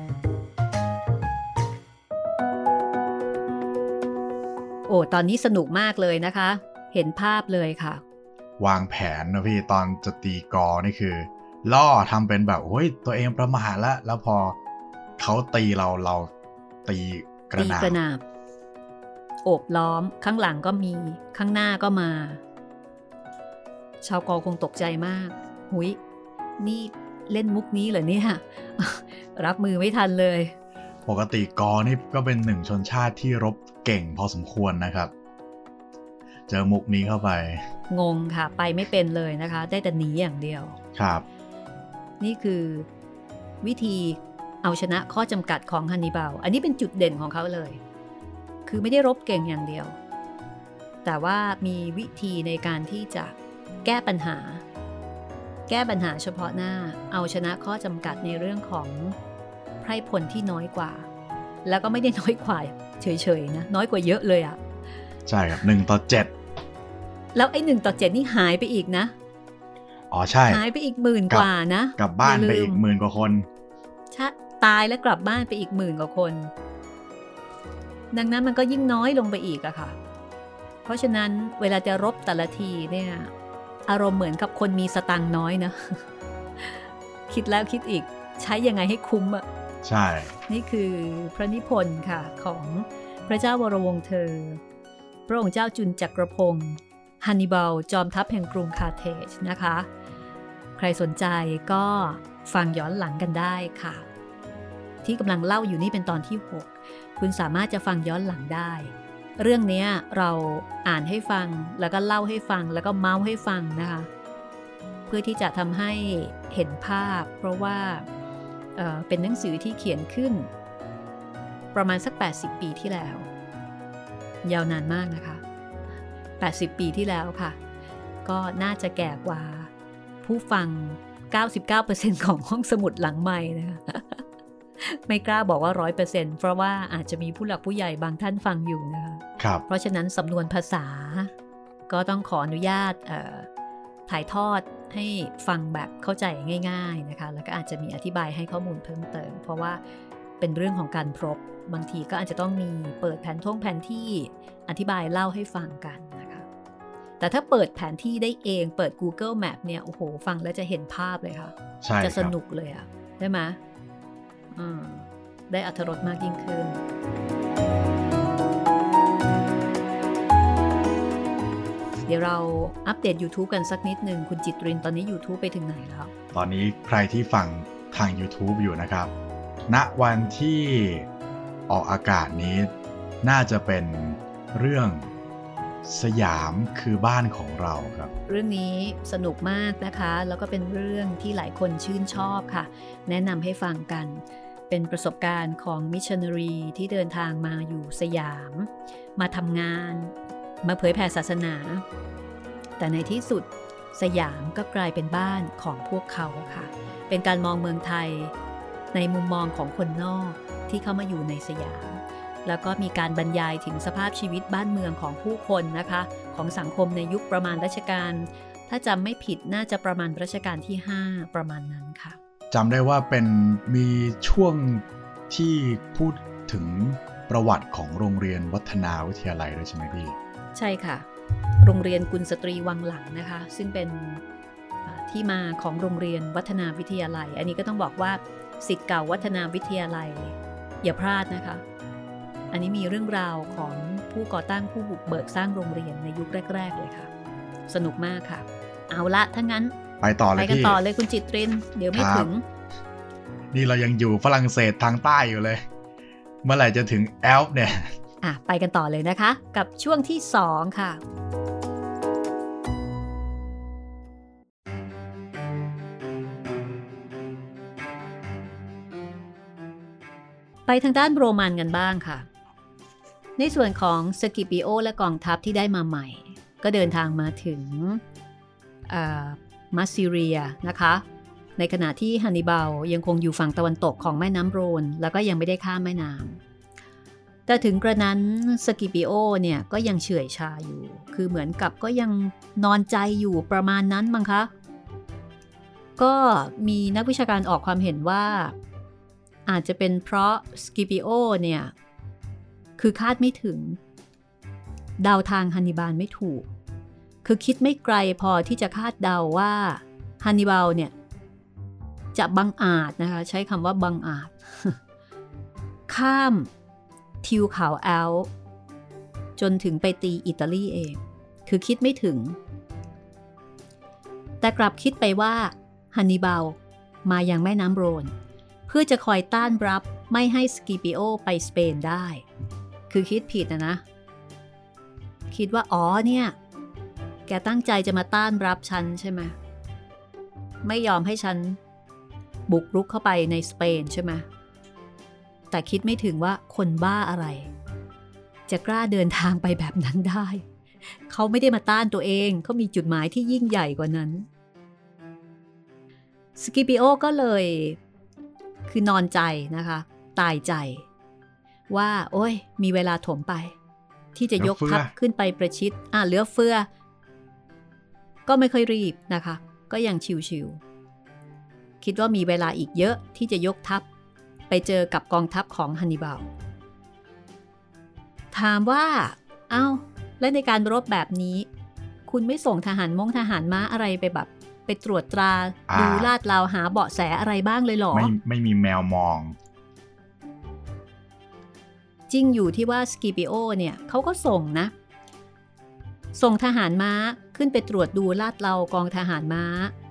โอ้ตอนนี้สนุกมากเลยนะคะเห็นภาพเลยค่ะวางแผนนะพี่ตอนจะตีกอนี่คือล่อทำเป็นแบบโอ้ยตัวเองประมาทแล้วแล้วพอเขาตีเราเราตีกระหน่ำตีกระหน่ำโอบล้อมข้างหลังก็มีข้างหน้าก็มาชาวกอคงตกใจมากหุยนี่เล่นมุกนี้เหรอเนี่ยรับมือไม่ทันเลยปกติกอนี่ก็เป็นหนึ่งชนชาติที่รบเก่งพอสมควรนะครับเจอมุกนี้เข้าไปงงค่ะไปไม่เป็นเลยนะคะได้แต่หนีอย่างเดียวครับนี่คือวิธีเอาชนะข้อจำกัดของฮันนิบาลอันนี้เป็นจุดเด่นของเขาเลยคือไม่ได้รบเก่งอย่างเดียวแต่ว่ามีวิธีในการที่จะแก้ปัญหาแก้ปัญหาเฉพาะหน้าเอาชนะข้อจำกัดในเรื่องของไพร่พลที่น้อยกว่าแล้วก็ไม่ได้น้อยกว่าเฉยๆนะน้อยกว่าเยอะเลยอ่ะใช่ครับหนึ่งต่อเจ็ดแล้วไอ้หนึ่งต่อเจ็ดนี่หายไปอีกนะอ๋อใช่หายไปอีกหมื่นกว่านะกลับบ้านไปอีกหมื่นกว่าคนใช่ตายแล้วกลับบ้านไปอีกหมื่นกว่าคนดังนั้นมันก็ยิ่งน้อยลงไปอีกอะค่ะเพราะฉะนั้นเวลาจะรบแต่ละทีเนี่ยอารมณ์เหมือนกับคนมีสตังค์น้อยนะ คิดแล้วคิดอีกใช้ยังไงให้คุ้มอะใช่นี่คือพระนิพนธ์ค่ะของพระเจ้าวรวงศ์เธอพระองค์เจ้าจุลจักรพงศ์ฮันนิบาลจอมทัพแห่งกรุงคาร์เทจนะคะใครสนใจก็ฟังย้อนหลังกันได้ค่ะที่กำลังเล่าอยู่นี่เป็นตอนที่หกคุณสามารถจะฟังย้อนหลังได้เรื่องนี้เราอ่านให้ฟังแล้วก็เล่าให้ฟังแล้วก็เมาส์ให้ฟังนะคะเพื่อที่จะทำให้เห็นภาพเพราะว่า เอ่อ เป็นหนังสือที่เขียนขึ้นประมาณสักแปดสิบปีที่แล้วยาวนานมากนะคะแปดสิบปีที่แล้วค่ะก็น่าจะแก่กว่าผู้ฟัง เก้าสิบเก้าเปอร์เซ็นต์ ของห้องสมุดหลังไมค์นะคะไม่กล้าบอกว่า ร้อยเปอร์เซ็นต์ เพราะว่าอาจจะมีผู้หลักผู้ใหญ่บางท่านฟังอยู่นะคะครับเพราะฉะนั้นสำนวนภาษาก็ต้องขออนุญาตถ่ายทอดให้ฟังแบบเข้าใจง่ายๆนะคะแล้วก็อาจจะมีอธิบายให้ข้อมูลเพิ่มเติมเพราะว่าเป็นเรื่องของการพรบบางทีก็อาจจะต้องมีเปิดแผนท่องแผนที่อธิบายเล่าให้ฟังกันนะคะแต่ถ้าเปิดแผนที่ได้เองเปิด Google Map เนี่ยโอ้โหฟังแล้วจะเห็นภาพเลยค่ะใช่จะสนุกเลยอ่ะใช่ไหมอืมได้อรรถรสมากยิ่งขึ้นเดี๋ยวเราอัปเดต YouTube กันสักนิดหนึ่งคุณจิตรินตอนนี้ YouTube ไปถึงไหนแล้วตอนนี้ใครที่ฟังทาง YouTube อยู่นะครับณวันที่ออกอากาศนี้น่าจะเป็นเรื่องสยามคือบ้านของเราครับเรื่องนี้สนุกมากนะคะแล้วก็เป็นเรื่องที่หลายคนชื่นชอบค่ะแนะนำให้ฟังกันเป็นประสบการณ์ของมิชชันนารีที่เดินทางมาอยู่สยามมาทำงานมาเผยแผ่ศาสนาแต่ในที่สุดสยามก็กลายเป็นบ้านของพวกเขาค่ะเป็นการมองเมืองไทยในมุมมองของคนนอกที่เข้ามาอยู่ในสยามแล้วก็มีการบรรยายถึงสภาพชีวิตบ้านเมืองของผู้คนนะคะของสังคมในยุคประมาณรัชกาลถ้าจำไม่ผิดน่าจะประมาณรัชกาลที่ห้าประมาณนั้นค่ะจำได้ว่าเป็นมีช่วงที่พูดถึงประวัติของโรงเรียนวัฒนาวิทยาลัยด้วยใช่ไหมพี่ใช่ค่ะโรงเรียนกุลสตรีวังหลังนะคะซึ่งเป็นที่มาของโรงเรียนวัฒนาวิทยาลัยอันนี้ก็ต้องบอกว่าศิษย์เก่าวัฒนาวิทยาลัยอย่าพลาดนะคะอันนี้มีเรื่องราวของผู้ก่อตั้งผู้บุกเบิกสร้างโรงเรียนในยุคแรกๆเลยค่ะสนุกมากค่ะเอาละถ้างั้นไปต่อเลยพี่ไปกันต่อเลยคุณจิตรินเดี๋ยวไม่ถึงนี่เรายังอยู่ฝรั่งเศสทางใต้อยู่เลยเมื่อไหร่จะถึงแอลป์เนี่ยอ่ะไปกันต่อเลยนะคะกับช่วงที่สองค่ะไปทางด้านโรมันกันบ้างค่ะในส่วนของสกิปิโอและกองทัพที่ได้มาใหม่ก็เดินทางมาถึงมัสซีเรียนะคะในขณะที่ฮันนิบาลยังคงอยู่ฝั่งตะวันตกของแม่น้ำโรนแล้วก็ยังไม่ได้ข้ามแม่น้ำแต่ถึงกระนั้นสกิปิโอเนี่ยก็ยังเฉื่อยชาอยู่คือเหมือนกับก็ยังนอนใจอยู่ประมาณนั้นมั้งคะก็มีนักวิชาการออกความเห็นว่าอาจจะเป็นเพราะสกิปิโอเนี่ยคือคาดไม่ถึงเดาทางฮันนิบาลไม่ถูกคือคิดไม่ไกลพอที่จะคาดเดาว่าฮันนิบาลเนี่ยจะบังอาจนะคะใช้คำว่าบังอาจ ข้ามทิวเขาแอลป์จนถึงไปตีอิตาลีเองคือคิดไม่ถึงแต่กลับคิดไปว่าฮันนิบาลมายังแม่น้ำโรนเพื่อจะคอยต้านรับไม่ให้สกิปิโอไปสเปนได้คือคิดผิดนะนะคิดว่าอ๋อเนี่ยแกตั้งใจจะมาต้านรับฉันใช่ไหมไม่ยอมให้ฉันบุกรุกเข้าไปในสเปนใช่ไหมแต่คิดไม่ถึงว่าคนบ้าอะไรจะกล้าเดินทางไปแบบนั้นได้เขาไม่ได้มาต้านตัวเองเขามีจุดหมายที่ยิ่งใหญ่กว่านั้นสกิปิโอก็เลยคือนอนใจนะคะตายใจว่าโอ้ยมีเวลาถมไปที่จะยกทัพขึ้นไปประชิดอ่ะเหลือเฟือก็ไม่ค่อยรีบนะคะก็ยังชิวๆคิดว่ามีเวลาอีกเยอะที่จะยกทัพไปเจอกับกองทัพของฮันนิบาลถามว่าเอ้าและในการรบแบบนี้คุณไม่ส่งทหารม้งทหารม้าอะไรไปแบบไปตรวจตราดูลาดราวหาเบาะแสอะไรบ้างเลยหรอไม่ไม่มีแมวมองจริงอยู่ที่ว่าสกิปิโอเนี่ยเขาก็ส่งนะส่งทหารม้าขึ้นไปตรวจดูลาดราวกองทหารม้า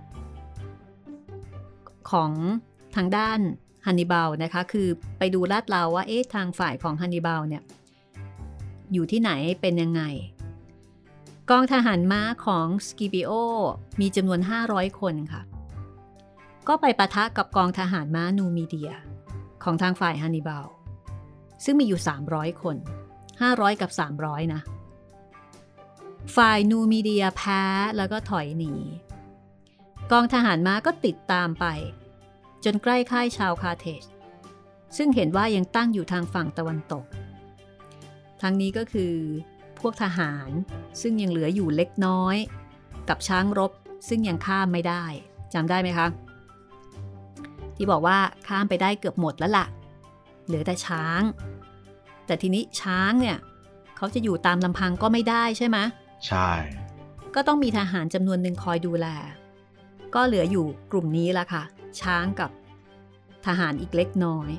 ของทางด้านฮันนิบาลนะคะคือไปดูลาดราวว่าเอ๊ะทางฝ่ายของฮันนิบาลเนี่ยอยู่ที่ไหนเป็นยังไงกองทหารม้าของสกิปิโอมีจำนวนห้าร้อยคนค่ะก็ไปปะทะกับกองทหารม้านูมิเดียของทางฝ่ายฮันนิบาลซึ่งมีอยู่สามร้อยคนห้าร้อยกับสามร้อยนะฝ่ายนูมิเดียแพ้แล้วก็ถอยหนีกองทหารม้าก็ติดตามไปจนใกล้ค่ายชาวคาร์เทจซึ่งเห็นว่ายังตั้งอยู่ทางฝั่งตะวันตกทั้งนี้ก็คือพวกทหารซึ่งยังเหลืออยู่เล็กน้อยกับช้างรบซึ่งยังข้ามไม่ได้จำได้ไหมคะที่บอกว่าข้ามไปได้เกือบหมดแล้วล่ะเหลือแต่ช้างแต่ทีนี้ช้างเนี่ยเขาจะอยู่ตามลำพังก็ไม่ได้ใช่ไหมใช่ก็ต้องมีทหารจำนวนหนึ่งคอยดูแลก็เหลืออยู่กลุ่มนี้ละค่ะช้างกับทหารอีกเล็กน้อย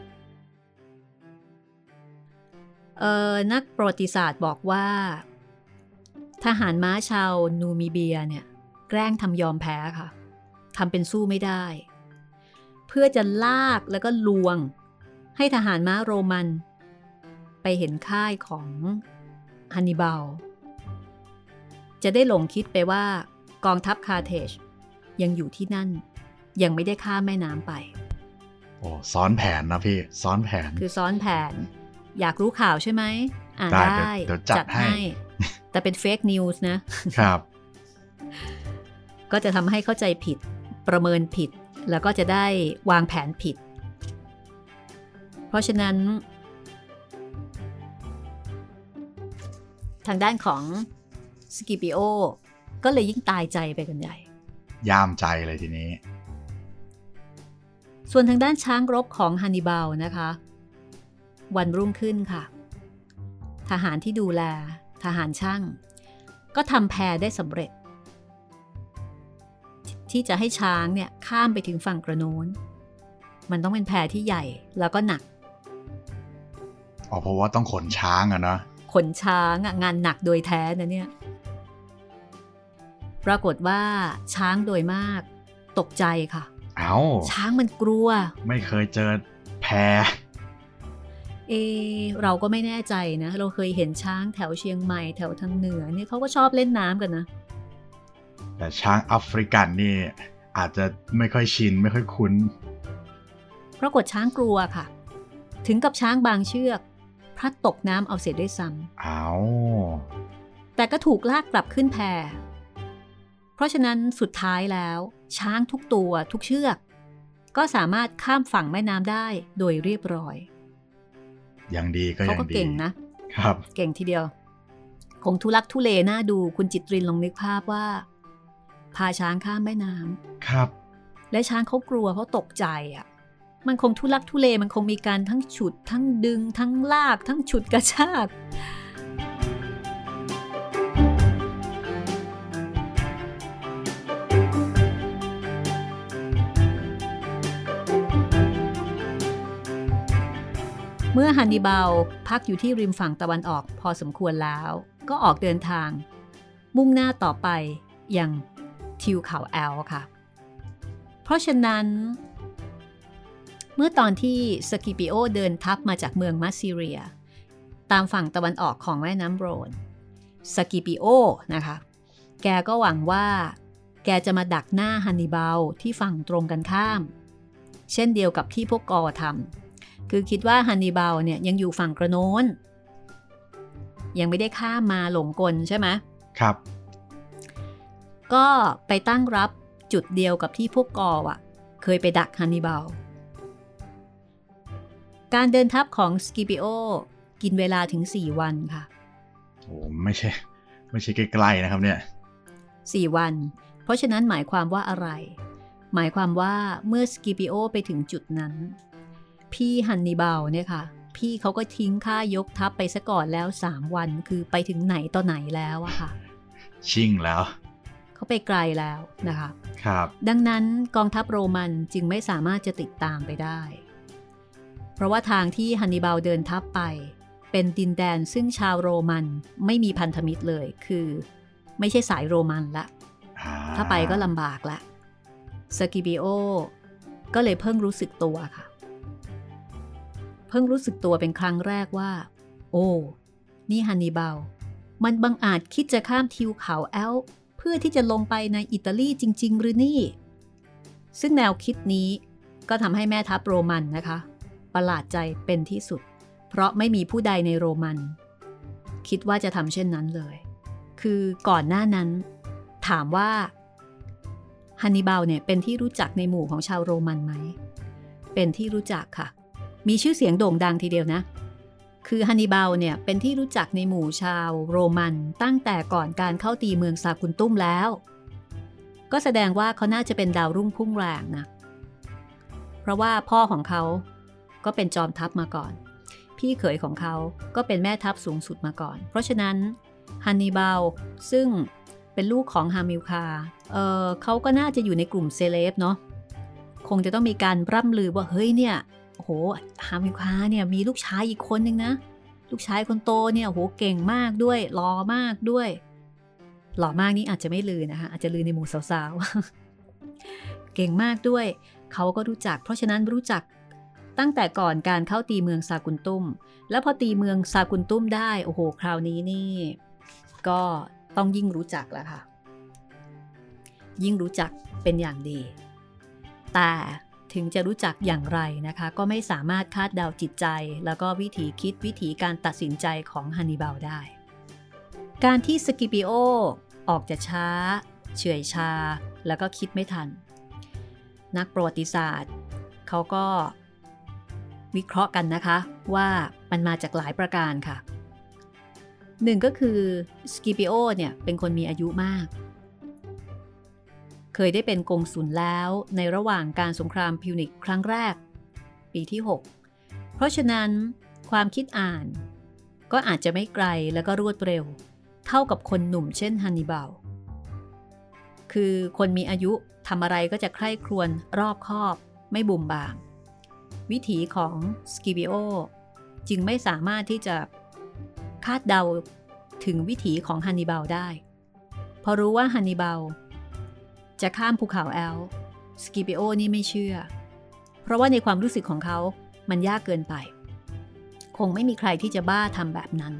เอ่อนักประวัติศาสตร์บอกว่าทหารม้าชาวนูมิเบียเนี่ยแกล้งทำยอมแพ้ค่ะทำเป็นสู้ไม่ได้เพื่อจะลากแล้วก็ลวงให้ทหารม้าโรมันไปเห็นค่ายของฮันนิบาลจะได้หลงคิดไปว่ากองทัพคาร์เทจยังอยู่ที่นั่นยังไม่ได้ข้ามแม่น้ำไปโอ้ซ้อนแผนนะพี่ซ้อนแผนคือซ้อนแผนอยากรู้ข่าวใช่ไหมอ่านได้จัดให้แต่เป็นเฟกนิวส์นะครับก็จะทำให้เข้าใจผิดประเมินผิดแล้วก็จะได้วางแผนผิดเพราะฉะนั้นทางด้านของสกิปิโอก็เลยยิ่งตายใจไปกันใหญ่ย่ามใจเลยทีนี้ส่วนทางด้านช้างรบของฮันนิบาลนะคะวันรุ่งขึ้นค่ะทหารที่ดูแลทหารช่างก็ทำแพได้สำเร็จที่จะให้ช้างเนี่ยข้ามไปถึงฝั่งกระโน้นมันต้องเป็นแพที่ใหญ่แล้วก็หนักอ๋อเพราะว่าต้องขนช้างอะนะขนช้างอะงานหนักโดยแท้นะเนี่ยปรากฏว่าช้างโดยมากตกใจค่ะเอ้าช้างมันกลัวไม่เคยเจอแพเอเราก็ไม่แน่ใจนะเราเคยเห็นช้างแถวเชียงใหม่แถวทางเหนือเนี่ยเขาก็ชอบเล่นน้ำกันนะแต่ช้างแอฟริกันนี่อาจจะไม่ค่อยชินไม่ค่อยคุ้นปรากฏช้างกลัวค่ะถึงกับช้างบางเชือกพลัดตกน้ำเอาเสียด้วยซ้ำอ้าวแต่ก็ถูกลากกลับขึ้นแพเพราะฉะนั้นสุดท้ายแล้วช้างทุกตัวทุกเชือกก็สามารถข้ามฝั่งแม่น้ำได้โดยเรียบร้อยยังดีก็ยังดีเขาก็เก่งนะครับเก่งทีเดียวคงทุลักทุเลน่าดูคุณจิตรินลองนึกภาพว่าพาช้างข้ามแม่น้ำครับและช้างเขากลัวเขาตกใจอ่ะมันคงทุลักทุเลมันคงมีการทั้งฉุดทั้งดึงทั้งลากทั้งฉุดกระชากเมื่อฮันนิบาลพักอยู่ที่ริมฝั่งตะวันออกพอสมควรแล้วก็ออกเดินทางมุ่งหน้าต่อไปยังทิวเขาแอลค่ะเพราะฉะนั้นเมื่อตอนที่สกิปิโอเดินทัพมาจากเมืองมัสซีเรียตามฝั่งตะวันออกของแม่น้ำโรนสกิปิโอนะคะแกก็หวังว่าแกจะมาดักหน้าฮันนิบาลที่ฝั่งตรงกันข้ามเช่นเดียวกับที่พวกกอทำคือคิดว่าฮันนิบาลเนี่ยยังอยู่ฝั่งกระโน้นยังไม่ได้ข้ามมาหลงกลใช่ไหมครับก็ไปตั้งรับจุดเดียวกับที่พวกกออ่ะเคยไปดักฮันนิบาลการเดินทัพของสกิปิโอกินเวลาถึงสี่วันค่ะโอ้ไม่ใช่ไม่ใช่ใกล้ๆนะครับเนี่ยสี่วันเพราะฉะนั้นหมายความว่าอะไรหมายความว่าเมื่อสกิปิโอไปถึงจุดนั้นพี่ฮันนิบาลเนี่ยค่ะพี่เขาก็ทิ้งข้ายกทัพไปซะก่อนแล้วสามวันคือไปถึงไหนต่อไหนแล้วอะค่ะชิ่งแล้วเขาไปไกลแล้วนะคะครับดังนั้นกองทัพโรมันจึงไม่สามารถจะติดตามไปได้เพราะว่าทางที่ฮันนิบาลเดินทัพไปเป็นดินแดนซึ่งชาวโรมันไม่มีพันธมิตรเลยคือไม่ใช่สายโรมันละถ้าไปก็ลำบากละสกิปิโอก็เลยเพิ่งรู้สึกตัวค่ะเพิ่งรู้สึกตัวเป็นครั้งแรกว่าโอ้นี่ฮันนิบาลมันบังอาจคิดจะข้ามทิวเขาแอลป์เพื่อที่จะลงไปในอิตาลีจริงๆหรือนี่ซึ่งแนวคิดนี้ก็ทำให้แม่ทัพโรมันนะคะประหลาดใจเป็นที่สุดเพราะไม่มีผู้ใดในโรมันคิดว่าจะทำเช่นนั้นเลยคือก่อนหน้านั้นถามว่าฮันนิบาลเนี่ยเป็นที่รู้จักในหมู่ของชาวโรมันไหมเป็นที่รู้จักค่ะมีชื่อเสียงโด่งดังทีเดียวนะคือฮันนิบาลเนี่ยเป็นที่รู้จักในหมู่ชาวโรมันตั้งแต่ก่อนการเข้าตีเมืองซากุนตุ้มแล้วก็แสดงว่าเขาน่าจะเป็นดาวรุ่งพุ่งแรงนะเพราะว่าพ่อของเขาก็เป็นจอมทัพมาก่อนพี่เขยของเขาก็เป็นแม่ทัพสูงสุดมาก่อนเพราะฉะนั้นฮันนิบาลซึ่งเเป็นลูกของฮามิลคาเออเขาก็น่าจะอยู่ในกลุ่มเซเลบเนาะคงจะต้องมีการร่ำลือว่าเฮ้ยเนี่ยโอ้โหฮามิลคาเนี่ยมีลูกชายอีกคนนึงนะลูกชายคนโตเนี่ยโหเก่งมากด้วยหล่อมากด้วยหล่อมากนี่อาจจะไม่ลือนะคะอาจจะลือในหมู่สาวๆเก่งมากด้วยเขาก็รู้จักเพราะฉะนั้นรู้จักตั้งแต่ก่อนการเข้าตีเมืองซากุนตุ้มแล้วพอตีเมืองซากุนตุ้มได้โอ้โหคราวนี้นี่ก็ต้องยิ่งรู้จักแล้วค่ะยิ่งรู้จักเป็นอย่างดีแต่ถึงจะรู้จักอย่างไรนะคะก็ไม่สามารถคาดเดาจิตใจแล้วก็วิธีคิดวิธีการตัดสินใจของฮันนิบาลได้การที่สกิปิโอออกจะช้าเฉื่อยชาแล้วก็คิดไม่ทันนักประวัติศาสตร์เขาก็วิเคราะห์กันนะคะว่ามันมาจากหลายประการค่ะหนึ่งก็คือสกิปิโอเนี่ยเป็นคนมีอายุมากเคยได้เป็นกงสุลแล้วในระหว่างการสงครามพิวนิกครั้งแรกปีที่หกเพราะฉะนั้นความคิดอ่านก็อาจจะไม่ไกลแล้วก็รวดเร็วเท่ากับคนหนุ่มเช่นฮันนิบาลคือคนมีอายุทำอะไรก็จะใคร่ครวญรอบคอบไม่บุ่มบามวิถีของสกิปิโอจึงไม่สามารถที่จะคาดเดาถึงวิถีของฮันนิบาลได้พอรู้ว่าฮันนิบาลจะข้ามภูเขาแอลป์สกิปิโอนี่ไม่เชื่อเพราะว่าในความรู้สึกของเขามันยากเกินไปคงไม่มีใครที่จะบ้าทำแบบนั้น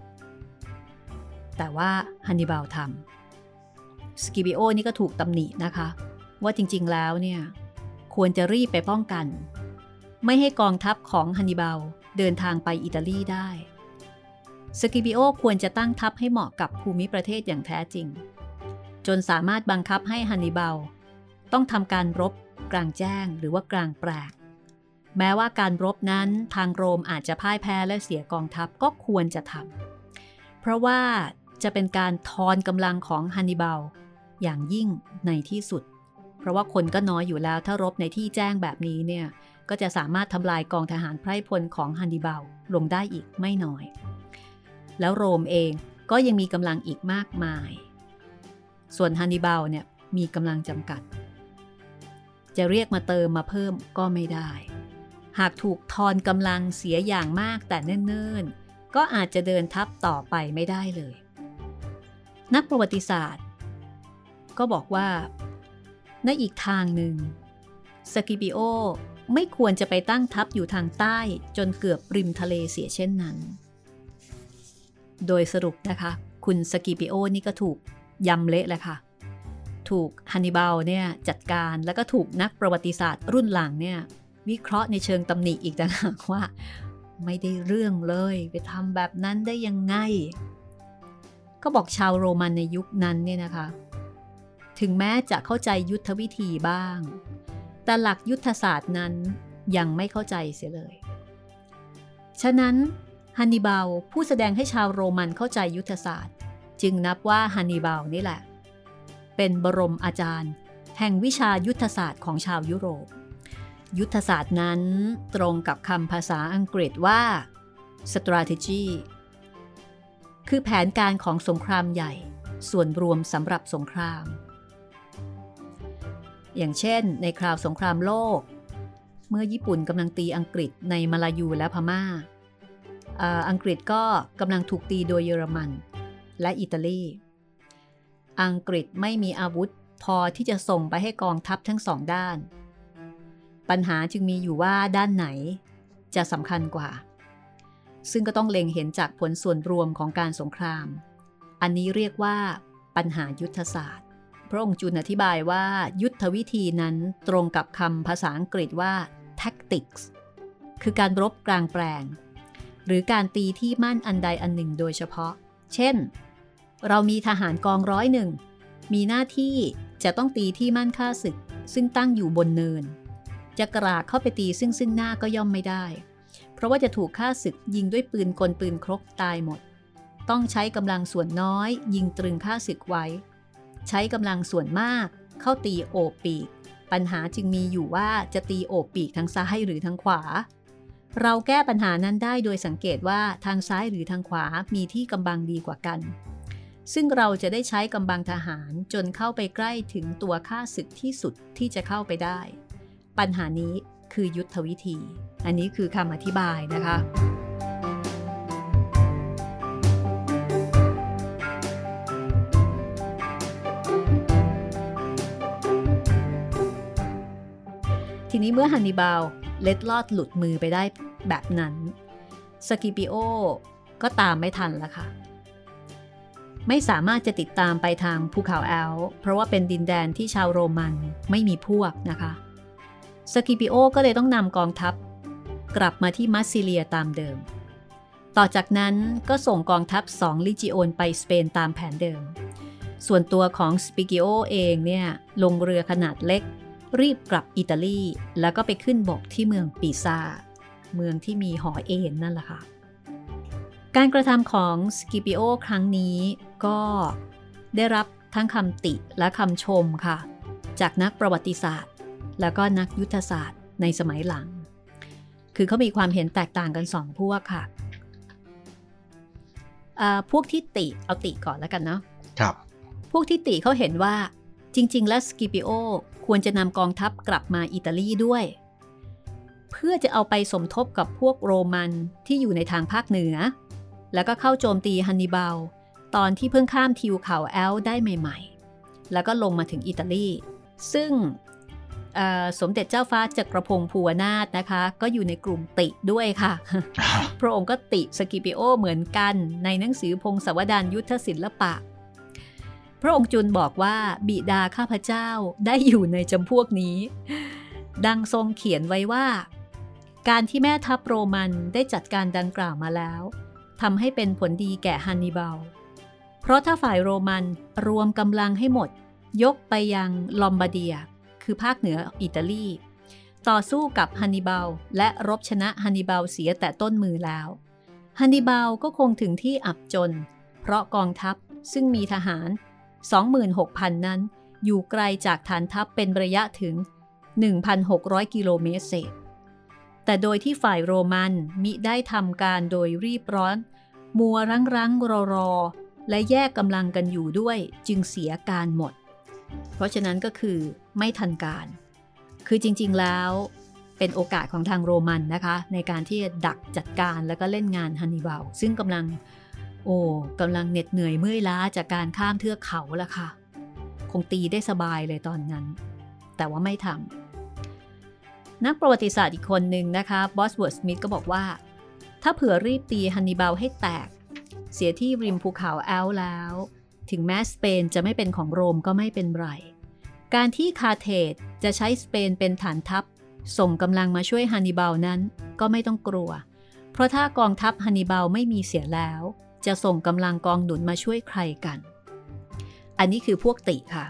แต่ว่าฮันนิบาลทำสกิปิโอนี่ก็ถูกตำหนินะคะว่าจริงๆแล้วเนี่ยควรจะรีบไปป้องกันไม่ให้กองทัพของฮันนิบาลเดินทางไปอิตาลีได้สกิปิโอควรจะตั้งทัพให้เหมาะกับภูมิประเทศอย่างแท้จริงจนสามารถบังคับให้ฮันนิบาลต้องทำการรบกลางแจ้งหรือว่ากลางแปลงแม้ว่าการรบนั้นทางโรมอาจจะพ่ายแพ้และเสียกองทัพก็ควรจะทำเพราะว่าจะเป็นการทอนกำลังของฮันนิบาลอย่างยิ่งในที่สุดเพราะว่าคนก็น้อยอยู่แล้วถ้ารบในที่แจ้งแบบนี้เนี่ยก็จะสามารถทำลายกองทหารไพร่พลของฮันนิบาลลงได้อีกไม่น้อยแล้วโรมเองก็ยังมีกำลังอีกมากมายส่วนฮันนิบาลเนี่ยมีกำลังจำกัดจะเรียกมาเติมมาเพิ่มก็ไม่ได้หากถูกทอนกำลังเสียอย่างมากแต่เนิ่นๆก็อาจจะเดินทัพต่อไปไม่ได้เลยนักประวัติศาสตร์ก็บอกว่าในอีกทางหนึ่งสกิปิโอไม่ควรจะไปตั้งทัพอยู่ทางใต้จนเกือบริมทะเลเสียเช่นนั้นโดยสรุปนะคะคุณสกิปิโอนี่ก็ถูกยำเละเลยค่ะถูกฮันนิบาลเนี่ยจัดการแล้วก็ถูกนักประวัติศาสตร์รุ่นหลังเนี่ยวิเคราะห์ในเชิงตำหนิอีกต่างหากว่าไม่ได้เรื่องเลยไปทำแบบนั้นได้ยังไงก็บอกชาวโรมันในยุคนั้นเนี่ยนะคะถึงแม้จะเข้าใจยุทธวิธีบ้างแต่หลักยุทธศาสตร์นั้นยังไม่เข้าใจเสียเลยฉะนั้นฮันนิบาลผู้แสดงให้ชาวโรมันเข้าใจยุทธศาสตร์จึงนับว่าฮันนิบาลนี่แหละเป็นบรมอาจารย์แห่งวิชายุทธศาสตร์ของชาวยุโรปยุทธศาสตร์นั้นตรงกับคำภาษาอังกฤษว่า strategy คือแผนการของสงครามใหญ่ส่วนรวมสำหรับสงครามอย่างเช่นในคราวสงครามโลกเมื่อญี่ปุ่นกำลังตีอังกฤษในมาลายูและพม่าอังกฤษก็กำลังถูกตีโดยเยอรมันและอิตาลีอังกฤษไม่มีอาวุธพอที่จะส่งไปให้กองทัพทั้งสองด้านปัญหาจึงมีอยู่ว่าด้านไหนจะสำคัญกว่าซึ่งก็ต้องเล็งเห็นจากผลส่วนรวมของการสงครามอันนี้เรียกว่าปัญหายุทธศาสตร์พระองค์จุลอธิบายว่ายุทธวิธีนั้นตรงกับคำภาษาอังกฤษว่า tactics คือการรบกลางแปลงหรือการตีที่มั่นอันใดอันหนึ่งโดยเฉพาะเช่นเรามีทหารกองร้อยหนึ่งมีหน้าที่จะต้องตีที่มั่นฆ่าศึกซึ่งตั้งอยู่บนเนินจะกราดเข้าไปตีซึ่งซึ่งหน้าก็ย่อมไม่ได้เพราะว่าจะถูกฆ่าศึกยิงด้วยปืนกลปืนครกตายหมดต้องใช้กำลังส่วนน้อยยิงตรึงฆ่าศึกไว้ใช้กำลังส่วนมากเข้าตีโอบปีกปัญหาจึงมีอยู่ว่าจะตีโอบปีกทางซ้ายหรือทางขวาเราแก้ปัญหานั้นได้โดยสังเกตว่าทางซ้ายหรือทางขวามีที่กำบังดีกว่ากันซึ่งเราจะได้ใช้กำบังทหารจนเข้าไปใกล้ถึงตัวข้าศึกที่สุดที่จะเข้าไปได้ปัญหานี้คือยุทธวิธีอันนี้คือคำอธิบายนะคะทีนี้เมื่อฮันนิบาลเล็ดลอดหลุดมือไปได้แบบนั้นสกิปิโอก็ตามไม่ทันแล้วค่ะไม่สามารถจะติดตามไปทางภูเขาแอลป์เพราะว่าเป็นดินแดนที่ชาวโรมันไม่มีพวกนะคะสกิปิโอก็เลยต้องนำกองทัพกลับมาที่มัสซิเลียตามเดิมต่อจากนั้นก็ส่งกองทัพสองลิจิโอนไปสเปนตามแผนเดิมส่วนตัวของสปิกิโอเองเนี่ยลงเรือขนาดเล็กรีบกลับอิตาลีแล้วก็ไปขึ้นบกที่เมืองปิซาเมืองที่มีหอเอ็นนั่นแหละค่ะการกระทำของสกิปิโอครั้งนี้ก็ได้รับทั้งคำติและคำชมค่ะจากนักประวัติศาสตร์แล้วก็นักยุทธศาสตร์ในสมัยหลังคือเขามีความเห็นแตกต่างกันสองพวกค่ะพวกที่ติเอาติก่อนแล้วกันเนาะครับพวกที่ติเขาเห็นว่าจริงๆแล้วสกิปิโอควรจะนำกองทัพกลับมาอิตาลีด้วยเพื่อจะเอาไปสมทบกับพวกโรมันที่อยู่ในทางภาคเหนือแล้วก็เข้าโจมตีฮันนิบาลตอนที่เพิ่งข้ามทิวเขาแอลป์ได้ใหม่ๆแล้วก็ลงมาถึงอิตาลีซึ่งสมเด็จเจ้าฟ้าจักรพงศ์ภูวนาถนะคะก็อยู่ในกลุ่มติด้วยค่ะ พระองค์ก็ติสกิปิโอเหมือนกันในหนังสือพงศาวดารยุทธศิลปะพระองค์จุลบอกว่าบิดาข้าพเจ้าได้อยู่ในจำพวกนี้ดังทรงเขียนไว้ว่าการที่แม่ทัพโรมันได้จัดการดังกล่าวมาแล้วทำให้เป็นผลดีแก่ฮันนิบาลเพราะถ้าฝ่ายโรมันรวมกำลังให้หมดยกไปยังลอมบาร์เดียคือภาคเหนืออิตาลีต่อสู้กับฮันนิบาลและรบชนะฮันนิบาลเสียแต่ต้นมือแล้วฮันนิบาลก็คงถึงที่อับจนเพราะกองทัพซึ่งมีทหาร สองหมื่นหกพัน นั้นอยู่ไกลจากฐานทัพเป็นระยะถึง หนึ่งพันหกร้อย กิโลเมตรเศษแต่โดยที่ฝ่ายโรมันมิได้ทำการโดยรีบร้อนมัวรั้งรั้งรอรอและแยกกำลังกันอยู่ด้วยจึงเสียการหมดเพราะฉะนั้นก็คือไม่ทันการคือจริงๆแล้วเป็นโอกาสของทางโรมันนะคะในการที่จะดักจัดการแล้วก็เล่นงานฮันนิบาลซึ่งกำลังโอ้กำลังเหน็ดเหนื่อยเมื่อยล้าจากการข้ามเทือกเขาละค่ะคงตีได้สบายเลยตอนนั้นแต่ว่าไม่ทำนักประวัติศาสตร์อีกคนหนึ่งนะคะบอสเวิร์ดสมิธก็บอกว่าถ้าเผื่อรีบตีฮันนิบาลให้แตกเสียที่ริมภูเขาแอลป์แล้วถึงแม้สเปนจะไม่เป็นของโรมก็ไม่เป็นไรการที่คาร์เทจจะใช้สเปนเป็นฐานทัพส่งกำลังมาช่วยฮันนิบาลนั้นก็ไม่ต้องกลัวเพราะถ้ากองทัพฮันนิบาลไม่มีเสียแล้วจะส่งกำลังกองหนุนมาช่วยใครกันอันนี้คือพวกติค่ะ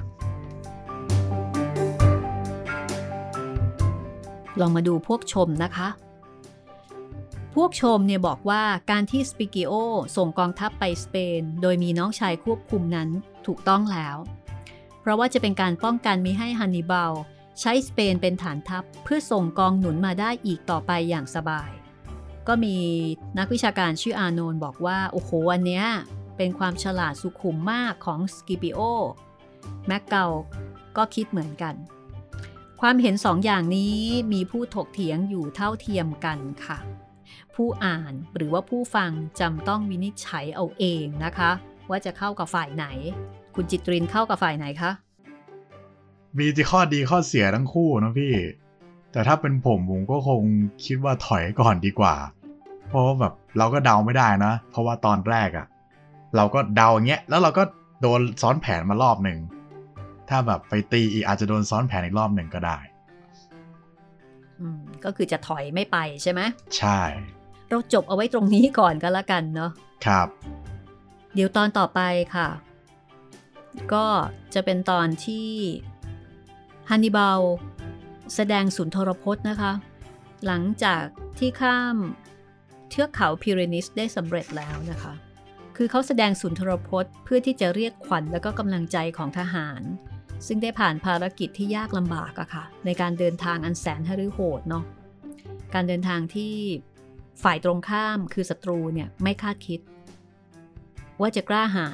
ลองมาดูพวกชมนะคะพวกชมเนี่ยบอกว่าการที่สปิกิโอส่งกองทัพไปสเปนโดยมีน้องชายควบคุมนั้นถูกต้องแล้วเพราะว่าจะเป็นการป้องกันมิให้ฮันนิบาลใช้สเปนเป็นฐานทัพเพื่อส่งกองหนุนมาได้อีกต่อไปอย่างสบายก็มีนักวิชาการชื่ออาโนนบอกว่าโอ้โหอันเนี้ยเป็นความฉลาดสุขุมมากของสกิปิโอแมคเกาก็คิดเหมือนกันความเห็นสองอย่างนี้มีผู้ถกเถียงอยู่เท่าเทียมกันค่ะผู้อ่านหรือว่าผู้ฟังจำต้องวินิจฉัยเอาเองนะคะว่าจะเข้ากับฝ่ายไหนคุณจิตรินเข้ากับฝ่ายไหนคะมีข้อดีข้อเสียทั้งคู่นะพี่แต่ถ้าเป็นผมผมก็คงคิดว่าถอยก่อนดีกว่าเพราะแบบเราก็เดาไม่ได้นะเพราะว่าตอนแรกอะเราก็เดาอย่างเงี้ยแล้วเราก็โดนซ้อนแผนมารอบหนึ่งถ้าแบบไปตีอีกอาจจะโดนซ้อนแผนอีกรอบหนึ่งก็ได้อืมก็คือจะถอยไม่ไปใช่ไหมใช่เราจบเอาไว้ตรงนี้ก่อนก็แล้วกันเนาะครับเดี๋ยวตอนต่อไปค่ะก็จะเป็นตอนที่ฮันนิบาลแสดงสุนทรพจน์นะคะหลังจากที่ข้ามเทือกเขาพิเรนีสได้สำเร็จแล้วนะคะคือเขาแสดงสุนทรพจน์เพื่อที่จะเรียกขวัญและก็กำลังใจของทหารซึ่งได้ผ่านภารกิจที่ยากลำบากอะค่ะในการเดินทางอันแสนหฤโหดเนาะการเดินทางที่ฝ่ายตรงข้ามคือศัตรูเนี่ยไม่คาดคิดว่าจะกล้าหาญ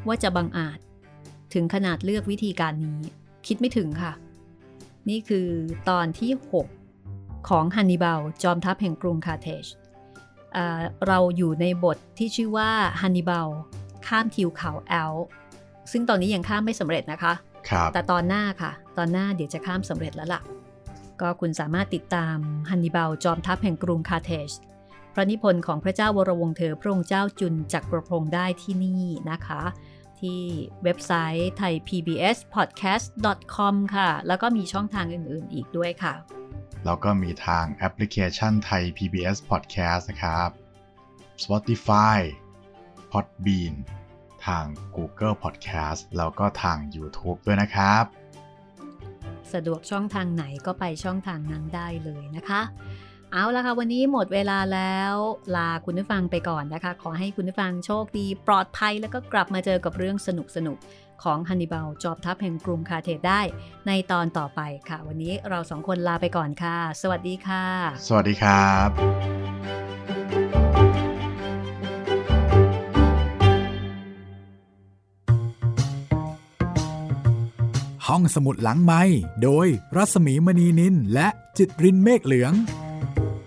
ว่าจะบังอาจถึงขนาดเลือกวิธีการนี้คิดไม่ถึงค่ะนี่คือตอนที่หกของฮันนิบาลจอมทัพแห่งกรุงคาร์เทจเราอยู่ในบทที่ชื่อว่าฮันนิบาลข้ามทิวเขาแอลป์ซึ่งตอนนี้ยังข้ามไม่สำเร็จนะคะแต่ตอนหน้าค่ะตอนหน้าเดี๋ยวจะข้ามสำเร็จแล้วล่ะก็คุณสามารถติดตามฮันนิบาลจอมทัพแห่งกรุงคาร์เทจพระนิพนธ์ของพระเจ้าวรวงศ์เธอพระองค์เจ้าจุนจักรพงศ์ได้ที่นี่นะคะที่เว็บไซต์ ไทย พี บี เอส พอดแคสต์ ดอท คอม ค่ะแล้วก็มีช่องทางอื่นๆอีกด้วยค่ะแล้วก็มีทางแอปพลิเคชันไทย พี บี เอส Podcast นะครับ Spotify Podbean ทาง Google Podcast แล้วก็ทาง YouTube ด้วยนะครับสะดวกช่องทางไหนก็ไปช่องทางนั้นได้เลยนะคะเอาละค่ะวันนี้หมดเวลาแล้วลาคุณผู้ฟังไปก่อนนะคะขอให้คุณผู้ฟังโชคดีปลอดภัยแล้วก็กลับมาเจอกับเรื่องสนุกๆของฮันนิบาลจอมทัพแห่งกรุงคาร์เทจได้ในตอนต่อไปค่ะวันนี้เราสองคนลาไปก่อนค่ะสวัสดีค่ะสวัสดีครับห้องสมุดหลังไมค์โดยรัศมีมณีนินและจิตรินเมฆเหลือง